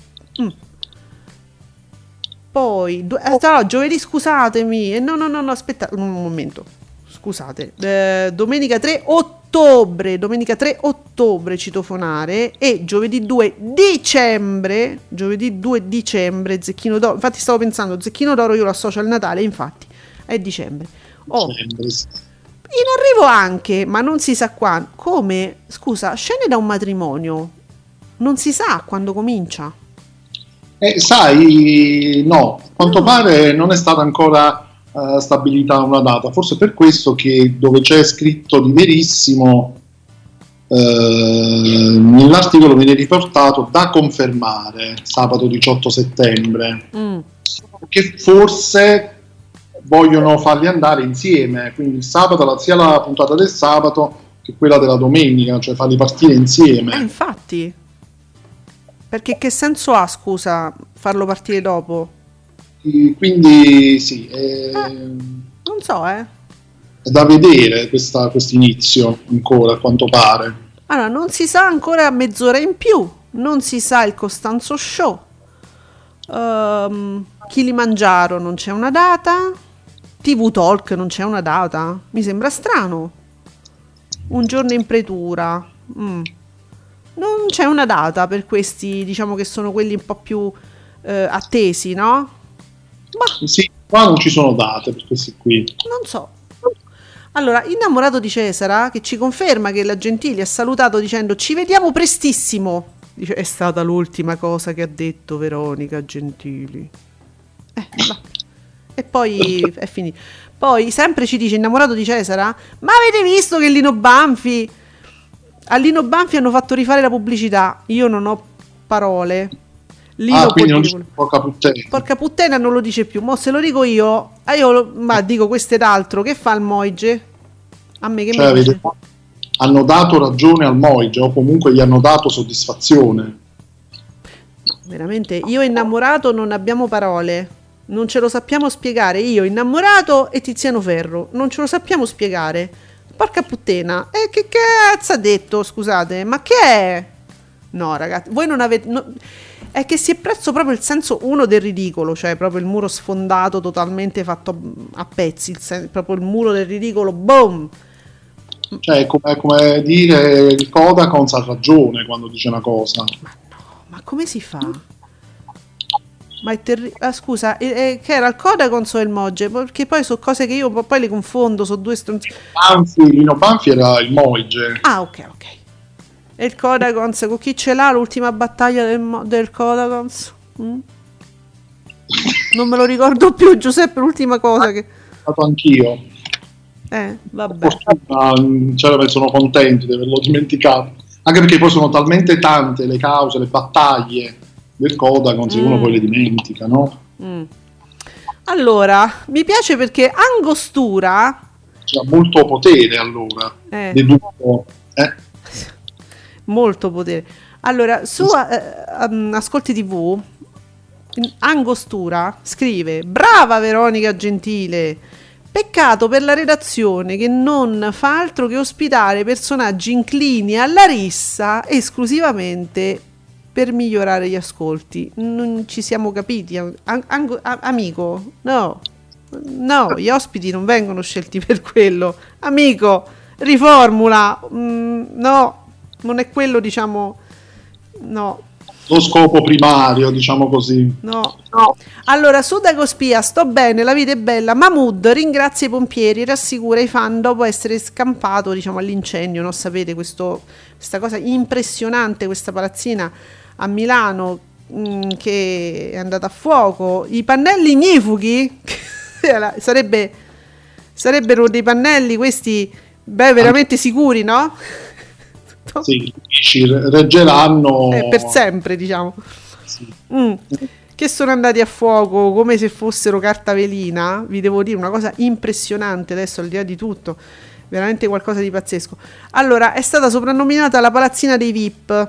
S8: Poi giovedì, scusatemi, no, aspetta un momento, scusate, domenica 3 ottobre citofonare, e giovedì 2 dicembre Zecchino d'Oro. Infatti stavo pensando, Zecchino d'Oro io lo associo al Natale, infatti è dicembre. In arrivo anche, ma non si sa quando, come, scusa, scene da un matrimonio, non si sa quando comincia.
S9: Sai, no, a quanto pare non è stata ancora stabilita una data, forse per questo che dove c'è scritto di Verissimo nell'articolo viene riportato da confermare sabato 18 settembre, che forse vogliono farli andare insieme, quindi il sabato, sia la puntata del sabato che quella della domenica, cioè farli partire insieme.
S8: Infatti, perché che senso ha, scusa, farlo partire dopo?
S9: Quindi sì,
S8: non so,
S9: è da vedere questo inizio ancora, a quanto pare.
S8: Allora, non si sa ancora mezz'ora in più, non si sa il Costanzo Show, Kilimangiaro non c'è una data, TV Talk non c'è una data, mi sembra strano. Un giorno in pretura, non c'è una data per questi, diciamo che sono quelli un po' più attesi, no? Ma
S9: sì, qua non ci sono date per questi qui.
S8: Non so. Allora, innamorato di Cesara, che ci conferma che la Gentili ha salutato dicendo ci vediamo prestissimo. Dice, è stata l'ultima cosa che ha detto Veronica Gentili. E poi è finito. Poi sempre ci dice innamorato di Cesara, ma avete visto che a Lino Banfi hanno fatto rifare la pubblicità? Io non ho parole. Lino
S9: quindi non dice porca puttana.
S8: Porca puttana non lo dice più. Mo se lo dico io, ma dico questo ed altro. Che fa il Moige? A me che mi dice?
S9: Hanno dato ragione al Moige, o comunque gli hanno dato soddisfazione.
S8: Veramente, io innamorato non abbiamo parole. Non ce lo sappiamo spiegare. Io innamorato e Tiziano Ferro non ce lo sappiamo spiegare. Porca puttana. Che cazzo ha detto, scusate? Ma che è? No ragazzi, voi non avete... è che si è preso proprio il senso uno del ridicolo, cioè proprio il muro sfondato, totalmente fatto a pezzi, proprio il muro del ridicolo, boom!
S9: Cioè, è come dire il Codacons ha ragione quando dice una cosa.
S8: Ma come si fa? Ma è terribile. Scusa, che era il Codacons o il Moge? Perché poi sono cose che io poi le confondo, sono due
S9: Anzi, Lino Banfi era il Moige.
S8: Ah, ok. E il Codacons, con chi ce l'ha l'ultima battaglia del Codacons? Non me lo ricordo più, Giuseppe, l'ultima cosa che...
S9: Stato anch'io.
S8: Vabbè.
S9: Fortuna, sono contento di averlo dimenticato. Anche perché poi sono talmente tante le cause, le battaglie del Codacons, uno poi le dimentica, no?
S8: Allora, mi piace perché Angostura...
S9: C'ha molto potere, allora. Dedutto.
S8: Molto potere. Allora, su Ascolti TV, Angostura scrive: brava Veronica Gentile, peccato per la redazione che non fa altro che ospitare personaggi inclini alla rissa esclusivamente per migliorare gli ascolti. Non ci siamo capiti, amico? No, gli ospiti non vengono scelti per quello. Amico, riformula. No, non è quello, diciamo, no.
S9: Lo scopo primario, diciamo così.
S8: No. Allora, su Dagospia, sto bene, la vita è bella. Mahmood ringrazia i pompieri e rassicura i fan dopo essere scampato, diciamo, all'incendio. Non sapete questa cosa impressionante, questa palazzina a Milano che è andata a fuoco. I pannelli ignifughi sarebbero dei pannelli questi, veramente sicuri, no?
S9: Sì, reggeranno
S8: per sempre, diciamo.
S9: Sì.
S8: Che sono andati a fuoco come se fossero carta velina. Vi devo dire una cosa impressionante adesso, al di là di tutto, veramente qualcosa di pazzesco. Allora, è stata soprannominata la palazzina dei VIP.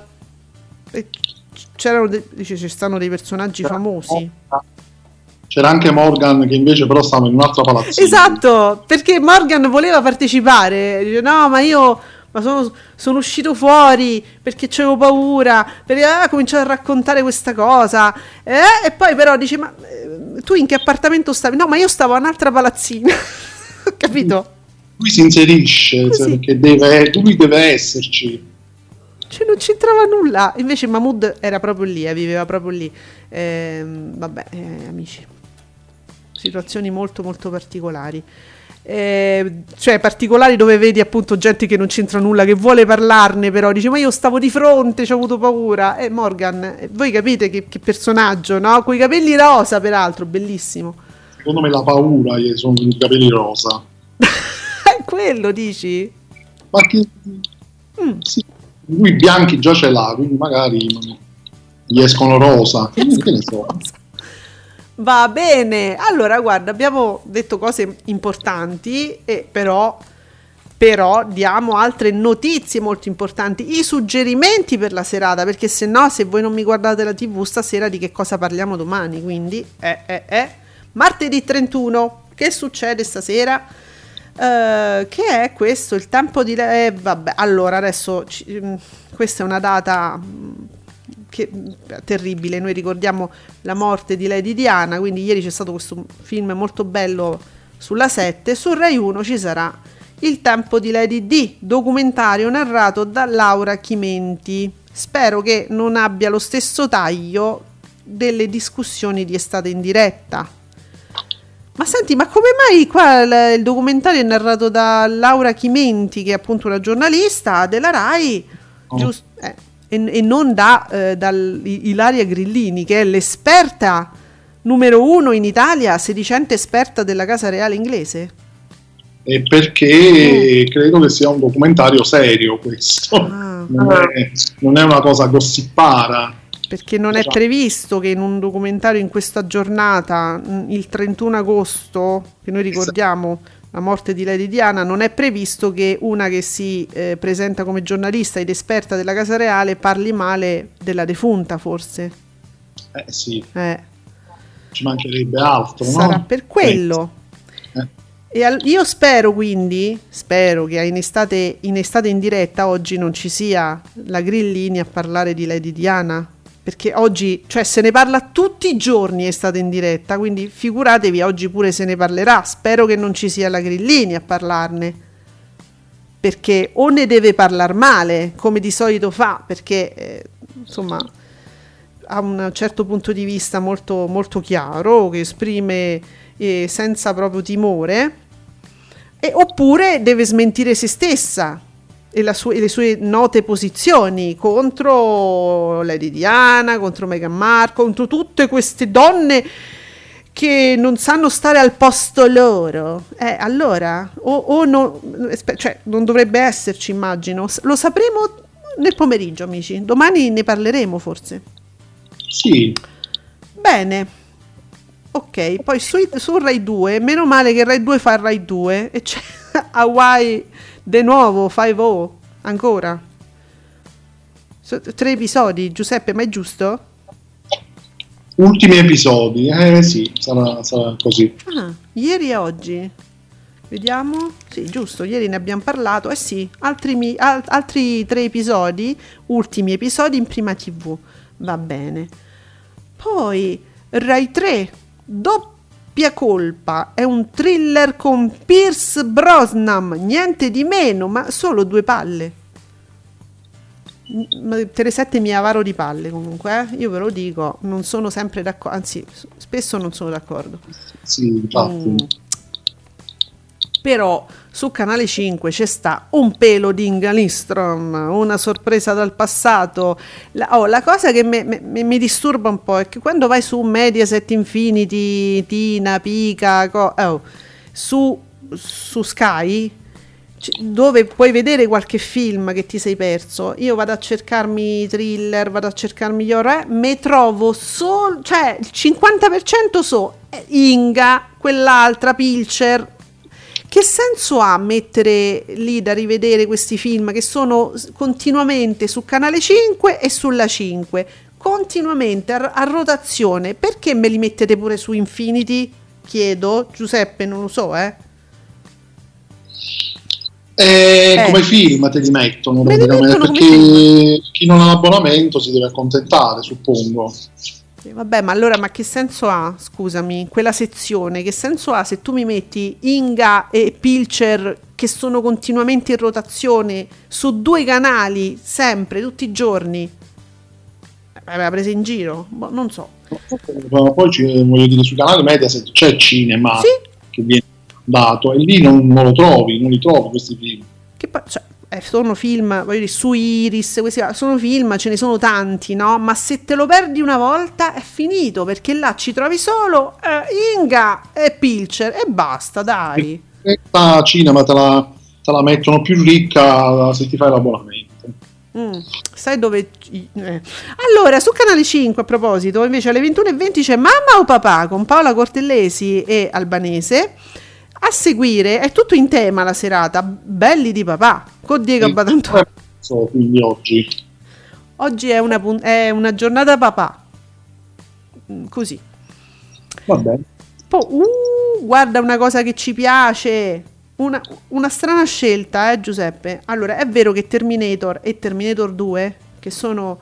S8: Ci stanno dei personaggi famosi.
S9: C'era anche Morgan, che invece però stava in un'altra palazzina.
S8: Esatto, perché Morgan voleva partecipare. Dice: no, ma io sono uscito fuori perché c'avevo paura, perché ha cominciato a raccontare questa cosa, e poi però dice: ma tu in che appartamento stavi? No, ma io stavo a un'altra palazzina. Ho capito?
S9: Lui si inserisce, perché lui deve esserci.
S8: Cioè, non c'entrava nulla. Invece Mahmood era proprio lì, viveva proprio lì. Amici, situazioni molto molto particolari. Cioè particolari, dove vedi appunto gente che non c'entra nulla, che vuole parlarne, però dice: ma io stavo di fronte, ci ho avuto paura. Morgan, voi capite che personaggio, no? Coi capelli rosa, peraltro, bellissimo.
S9: Secondo me la paura sono i capelli rosa.
S8: È quello, dici?
S9: Ma che... Sì, lui bianchi già ce l'ha, quindi magari gli escono rosa. Che ne so.
S8: Va bene, allora guarda, abbiamo detto cose importanti, però diamo altre notizie molto importanti, i suggerimenti per la serata, perché se voi non mi guardate la TV stasera, di che cosa parliamo domani? Quindi martedì 31, che succede stasera? Che è questo? Il tempo di... vabbè, allora adesso questa è una data... terribile. Noi ricordiamo la morte di Lady Diana, quindi ieri c'è stato questo film molto bello sulla 7. Su Rai 1 ci sarà Il tempo di Lady D, documentario narrato da Laura Chimenti. Spero che non abbia lo stesso taglio delle discussioni di Estate in diretta. Ma senti, ma come mai qua il documentario è narrato da Laura Chimenti, che è appunto una giornalista della Rai, giusto? E non da Ilaria Grillini, che è l'esperta numero 1 in Italia, sedicente esperta della Casa Reale inglese?
S9: E perché credo che sia un documentario serio questo, non è una cosa gossipara.
S8: Perché non è previsto che in un documentario in questa giornata, il 31 agosto, che noi ricordiamo la morte di Lady Diana, non è previsto che una che si presenta come giornalista ed esperta della Casa Reale parli male della defunta, forse.
S9: Sì. Ci mancherebbe altro,
S8: sarà
S9: no?
S8: Per quello. E io spero che in estate in diretta oggi non ci sia la Grillini a parlare di Lady Diana, perché oggi, cioè, se ne parla tutti i giorni Estate in diretta, quindi figuratevi, oggi pure se ne parlerà. Spero che non ci sia la Grillini a parlarne, perché o ne deve parlare male, come di solito fa, perché insomma ha un certo punto di vista molto, molto chiaro, che esprime senza proprio timore, oppure deve smentire se stessa e le sue note posizioni contro Lady Diana, contro Meghan Markle, contro tutte queste donne che non sanno stare al posto loro. Allora, cioè, non dovrebbe esserci, immagino. Lo sapremo nel pomeriggio, amici. Domani ne parleremo, forse.
S9: Sì.
S8: Bene. Ok, poi su Rai 2, meno male che Rai 2 fa Rai 2 e c'è Hawaii di nuovo, 5-0, ancora. 3 episodi, Giuseppe, ma è giusto?
S9: Ultimi episodi, sì, sarà così.
S8: Ieri e oggi. Vediamo. Sì, giusto, ieri ne abbiamo parlato. Sì, altri 3 episodi, ultimi episodi in Prima TV. Va bene. Poi Rai 3, Doppia colpa, è un thriller con Pierce Brosnan, niente di meno, ma solo 2 palle. Telesette mi avaro di palle comunque, io ve lo dico, non sono sempre d'accordo, anzi spesso non sono d'accordo.
S9: Sì, infatti.
S8: Però su Canale 5 c'è sta Un pelo di Inga Lindstrom, una sorpresa dal passato. La cosa che mi disturba un po' è che quando vai su Mediaset Infinity, Tina, Pica, su Sky, dove puoi vedere qualche film che ti sei perso, io vado a cercarmi thriller, vado a cercarmi gli horror, me trovo solo, cioè il 50% Inga, quell'altra Pilcher. Che senso ha mettere lì da rivedere questi film che sono continuamente su Canale 5 e sulla 5, continuamente a rotazione? Perché me li mettete pure su Infinity? Chiedo, Giuseppe, non lo so,
S9: Come film te li mettono praticamente, perché chi non ha l'abbonamento si deve accontentare, suppongo.
S8: Vabbè, ma allora, ma che senso ha, scusami, quella sezione, che senso ha se tu mi metti Inga e Pilcher che sono continuamente in rotazione su 2 canali, sempre, tutti i giorni? L'aveva presa in giro? Non so.
S9: Poi voglio dire, sui canali Mediaset c'è cinema, sì, che viene dato, e lì non li trovi questi film. Che poi,
S8: cioè, sono film, voglio dire, su Iris, questi sono film, ce ne sono tanti, no? Ma se te lo perdi una volta è finito, perché là ci trovi solo Inga e Pilcher e basta, dai.
S9: Questa cinema te la mettono più ricca se ti fai l'abbonamento.
S8: Sai dove? Allora, su Canale 5, a proposito, invece alle 21:20 c'è Mamma o Papà con Paola Cortellesi e Albanese. A seguire è tutto in tema la serata, Belli di papà con Diego Badantoni.
S9: Quindi oggi
S8: è una giornata papà, così.
S9: Va bene.
S8: Poi, guarda una cosa che ci piace, una strana scelta, Giuseppe. Allora, è vero che Terminator e Terminator 2, che sono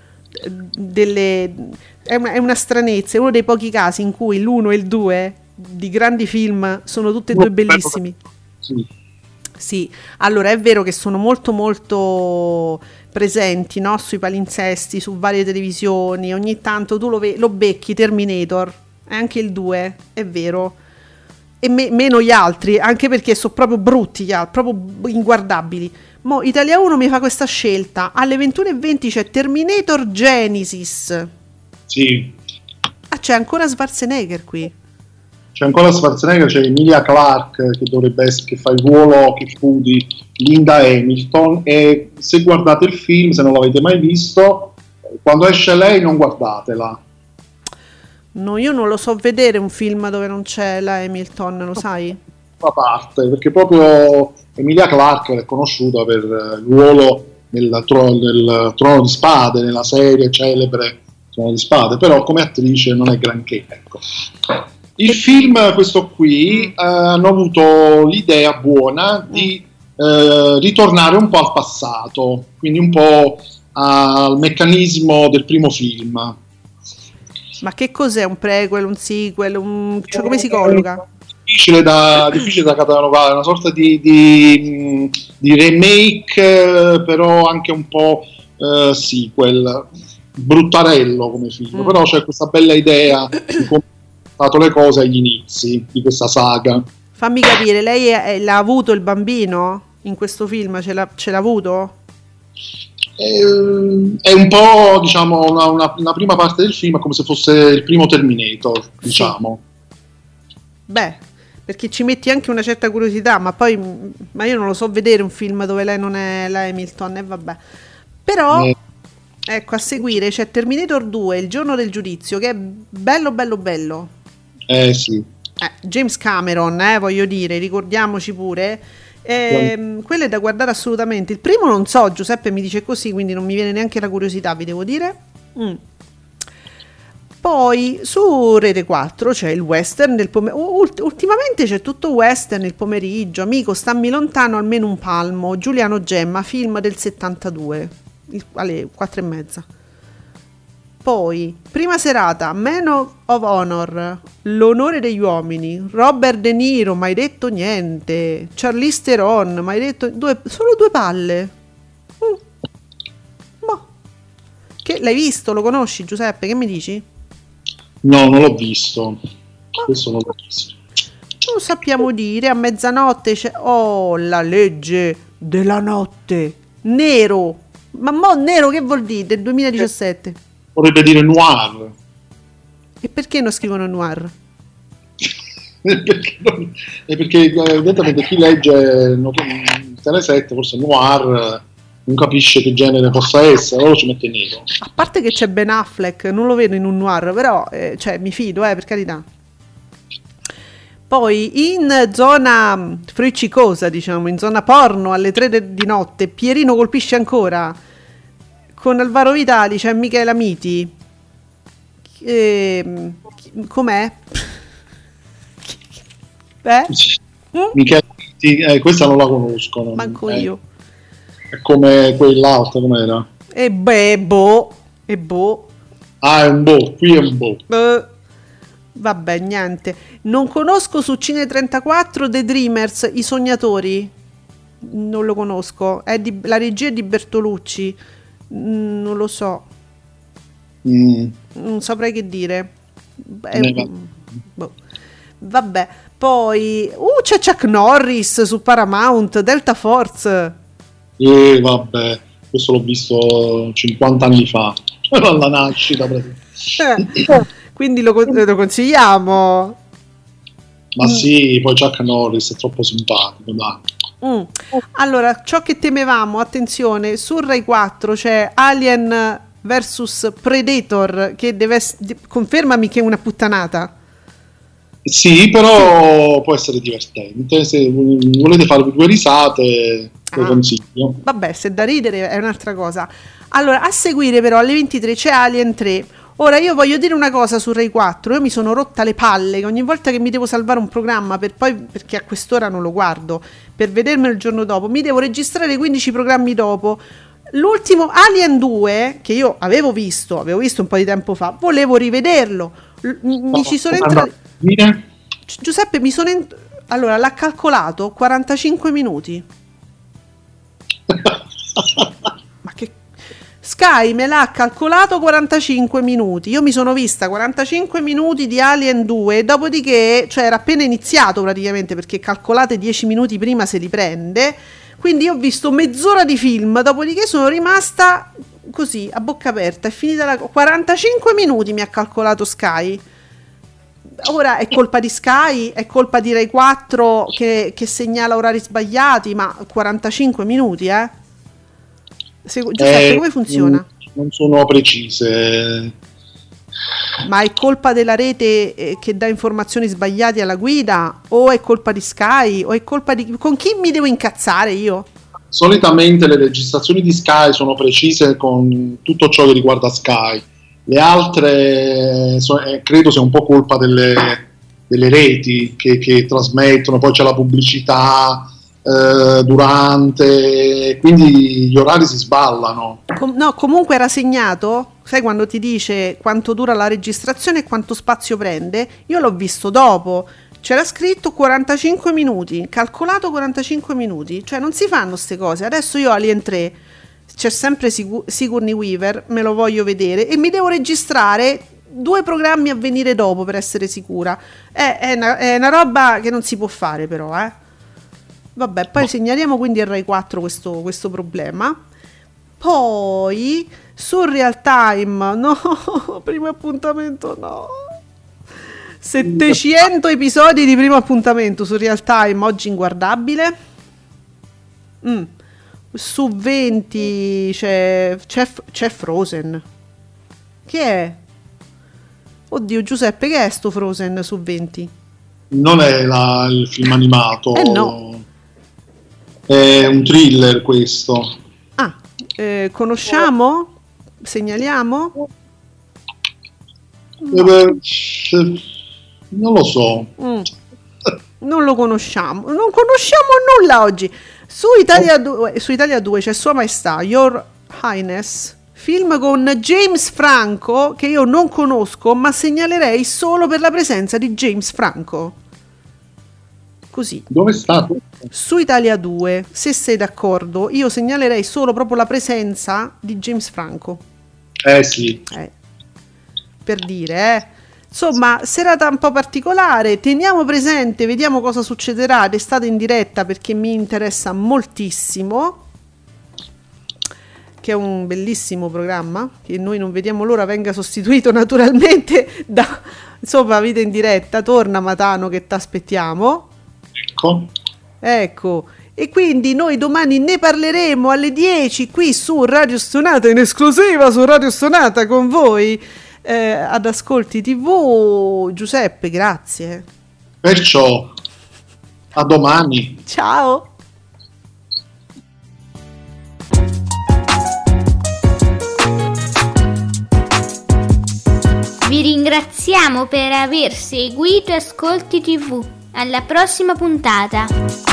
S8: è una stranezza, è uno dei pochi casi in cui l'1 e il 2 di grandi film sono tutti e 2 bellissimi. Sì, allora è vero che sono molto molto presenti, no? Sui palinsesti, su varie televisioni, ogni tanto tu lo becchi Terminator, anche il 2, è vero, e meno gli altri, anche perché sono proprio brutti gli altri, proprio inguardabili. Mo Italia 1 mi fa questa scelta, alle 21:20 c'è Terminator Genesis.
S9: Sì.
S8: C'è ancora Schwarzenegger qui.
S9: C'è ancora Schwarzenegger, c'è Emilia Clarke che dovrebbe essere, che fa il ruolo che fu di Linda Hamilton, e se guardate il film, se non l'avete mai visto, quando esce lei non guardatela.
S8: No, io non lo so vedere un film dove non c'è la Hamilton, lo sai?
S9: Fa parte, perché proprio Emilia Clarke è conosciuta per il ruolo nel Trono di Spade, nella serie celebre Trono di Spade, però come attrice non è granché, ecco. Il film, questo qui, hanno avuto l'idea buona di ritornare un po' al passato, quindi un po' al meccanismo del primo film.
S8: Ma che cos'è un prequel, un sequel, cioè come si colloca?
S9: difficile da catalogare, una sorta di remake, però anche un po' sequel, bruttarello come film, però c'è questa bella idea di come sono state le cose agli inizi di questa saga.
S8: Fammi capire, lei l'ha avuto il bambino in questo film? Ce l'ha avuto?
S9: È un po', diciamo, una prima parte del film, come se fosse il primo Terminator, diciamo.
S8: Sì. Beh, perché ci metti anche una certa curiosità, ma io non lo so vedere un film dove lei non è la Hamilton, e vabbè. Però, ecco, a seguire c'è Terminator 2, Il giorno del giudizio, che è bello.
S9: Sì.
S8: James Cameron, voglio dire, ricordiamoci pure. Quello è da guardare assolutamente. Il primo non so, Giuseppe mi dice così, quindi non mi viene neanche la curiosità, vi devo dire. Poi su Rete 4 c'è il western del pomeriggio. Ultimamente c'è tutto western il pomeriggio. Amico, stammi lontano almeno un palmo. Giuliano Gemma, film del 72 alle 4:30. Poi prima serata, Man of Honor, L'onore degli uomini, Robert De Niro, mai detto niente, Charlize Theron, mai detto solo due palle. Boh. Che l'hai visto? Lo conosci, Giuseppe? Che mi dici?
S9: No, non l'ho visto. Questo non l'ho visto.
S8: Non sappiamo dire. A mezzanotte c'è La legge della notte. Nero. Ma nero che vuol dire? Del 2017.
S9: Vorrebbe dire noir.
S8: E perché non scrivono noir?
S9: perché evidentemente chi legge il Tele7 forse noir non capisce che genere possa essere, allora ci mette nero.
S8: A parte che c'è Ben Affleck, non lo vedo in un noir, però cioè, mi fido, per carità. Poi in zona friccicosa, diciamo, in zona porno alle 3 di notte, Pierino colpisce ancora. Con Alvaro Vitali c'è Michela Miti. Com'è?
S9: Michela Miti, questa non la conosco.
S8: Manco io.
S9: È come quell'altra, com'era?
S8: E boh.
S9: Ah, è un boh, qui è un boh.
S8: Vabbè, niente. Non conosco su Cine 34 The Dreamers, I sognatori. Non lo conosco. La regia è di Bertolucci. Non lo so. Non saprei che dire. Vabbè. Poi c'è Chuck Norris su Paramount, Delta Force.
S9: Vabbè, questo l'ho visto 50 anni fa, alla nascita.
S8: Quindi lo consigliamo.
S9: Ma sì, poi Chuck Norris è troppo simpatico, dai.
S8: Allora, ciò che temevamo, attenzione, su Rai 4 c'è Alien vs Predator, che confermami che è una puttanata.
S9: Sì, però può essere divertente. Se volete fare due risate, lo consiglio.
S8: Vabbè, se da ridere è un'altra cosa. Allora, a seguire però alle 23 c'è Alien 3. Ora io voglio dire una cosa su Rai 4, io mi sono rotta le palle che ogni volta che mi devo salvare un programma perché a quest'ora non lo guardo, per vedermelo il giorno dopo, mi devo registrare 15 programmi dopo. L'ultimo Alien 2, che io avevo visto un po' di tempo fa, volevo rivederlo. Ci sono entrati. Giuseppe, allora l'ha calcolato 45 minuti. Ma che Sky me l'ha calcolato 45 minuti. Io mi sono vista 45 minuti di Alien 2, dopodiché, cioè era appena iniziato praticamente, perché calcolate 10 minuti prima se li prende. Quindi io ho visto mezz'ora di film, dopodiché sono rimasta così a bocca aperta. È finita 45 minuti mi ha calcolato Sky. Ora è colpa di Sky, è colpa di Rai 4 che segnala orari sbagliati, ma 45 minuti, Giuseppe, come funziona?
S9: Non sono precise.
S8: Ma è colpa della rete che dà informazioni sbagliate alla guida, o è colpa di Sky, o è colpa di... Con chi mi devo incazzare io?
S9: Solitamente le registrazioni di Sky sono precise con tutto ciò che riguarda Sky. Le altre credo sia un po' colpa delle reti che trasmettono, poi c'è la pubblicità durante, quindi gli orari si sballano.
S8: No, comunque era segnato, sai quando ti dice quanto dura la registrazione e quanto spazio prende? Io l'ho visto dopo, c'era scritto 45 minuti, calcolato 45 minuti, cioè non si fanno ste cose. Adesso io Alien 3, c'è sempre Sigourney Weaver, me lo voglio vedere e mi devo registrare 2 programmi a venire dopo per essere sicura. È una roba che non si può fare però, Vabbè, poi segnaliamo quindi a Rai 4 questo problema. Poi su Real Time, no, primo appuntamento no. 700 episodi di primo appuntamento su Real Time, oggi inguardabile. Su 20 c'è Frozen. Che è? Oddio Giuseppe, che è sto Frozen su 20?
S9: Non è il film animato.
S8: No.
S9: È un thriller questo.
S8: Conosciamo? Segnaliamo?
S9: Non lo so.
S8: Non lo conosciamo. Non conosciamo nulla oggi. Su Italia 2 c'è Sua Maestà, Your Highness, film con James Franco che io non conosco, ma segnalerei solo per la presenza di James Franco. Così.
S9: Dove è stato?
S8: Su Italia 2, se sei d'accordo, io segnalerei solo proprio la presenza di James Franco.
S9: Sì.
S8: Per dire, Insomma, serata un po' particolare, teniamo presente, vediamo cosa succederà, restate in diretta perché mi interessa moltissimo, che è un bellissimo programma, che noi non vediamo l'ora venga sostituito naturalmente da, insomma, Vita in diretta, torna Matano che t'aspettiamo. Ecco, e quindi noi domani ne parleremo alle 10 qui su Radio Stonata, in esclusiva su Radio Stonata con voi. Ad Ascolti TV. Giuseppe, grazie.
S9: Perciò a domani.
S8: Ciao.
S7: Vi ringraziamo per aver seguito Ascolti TV. Alla prossima puntata.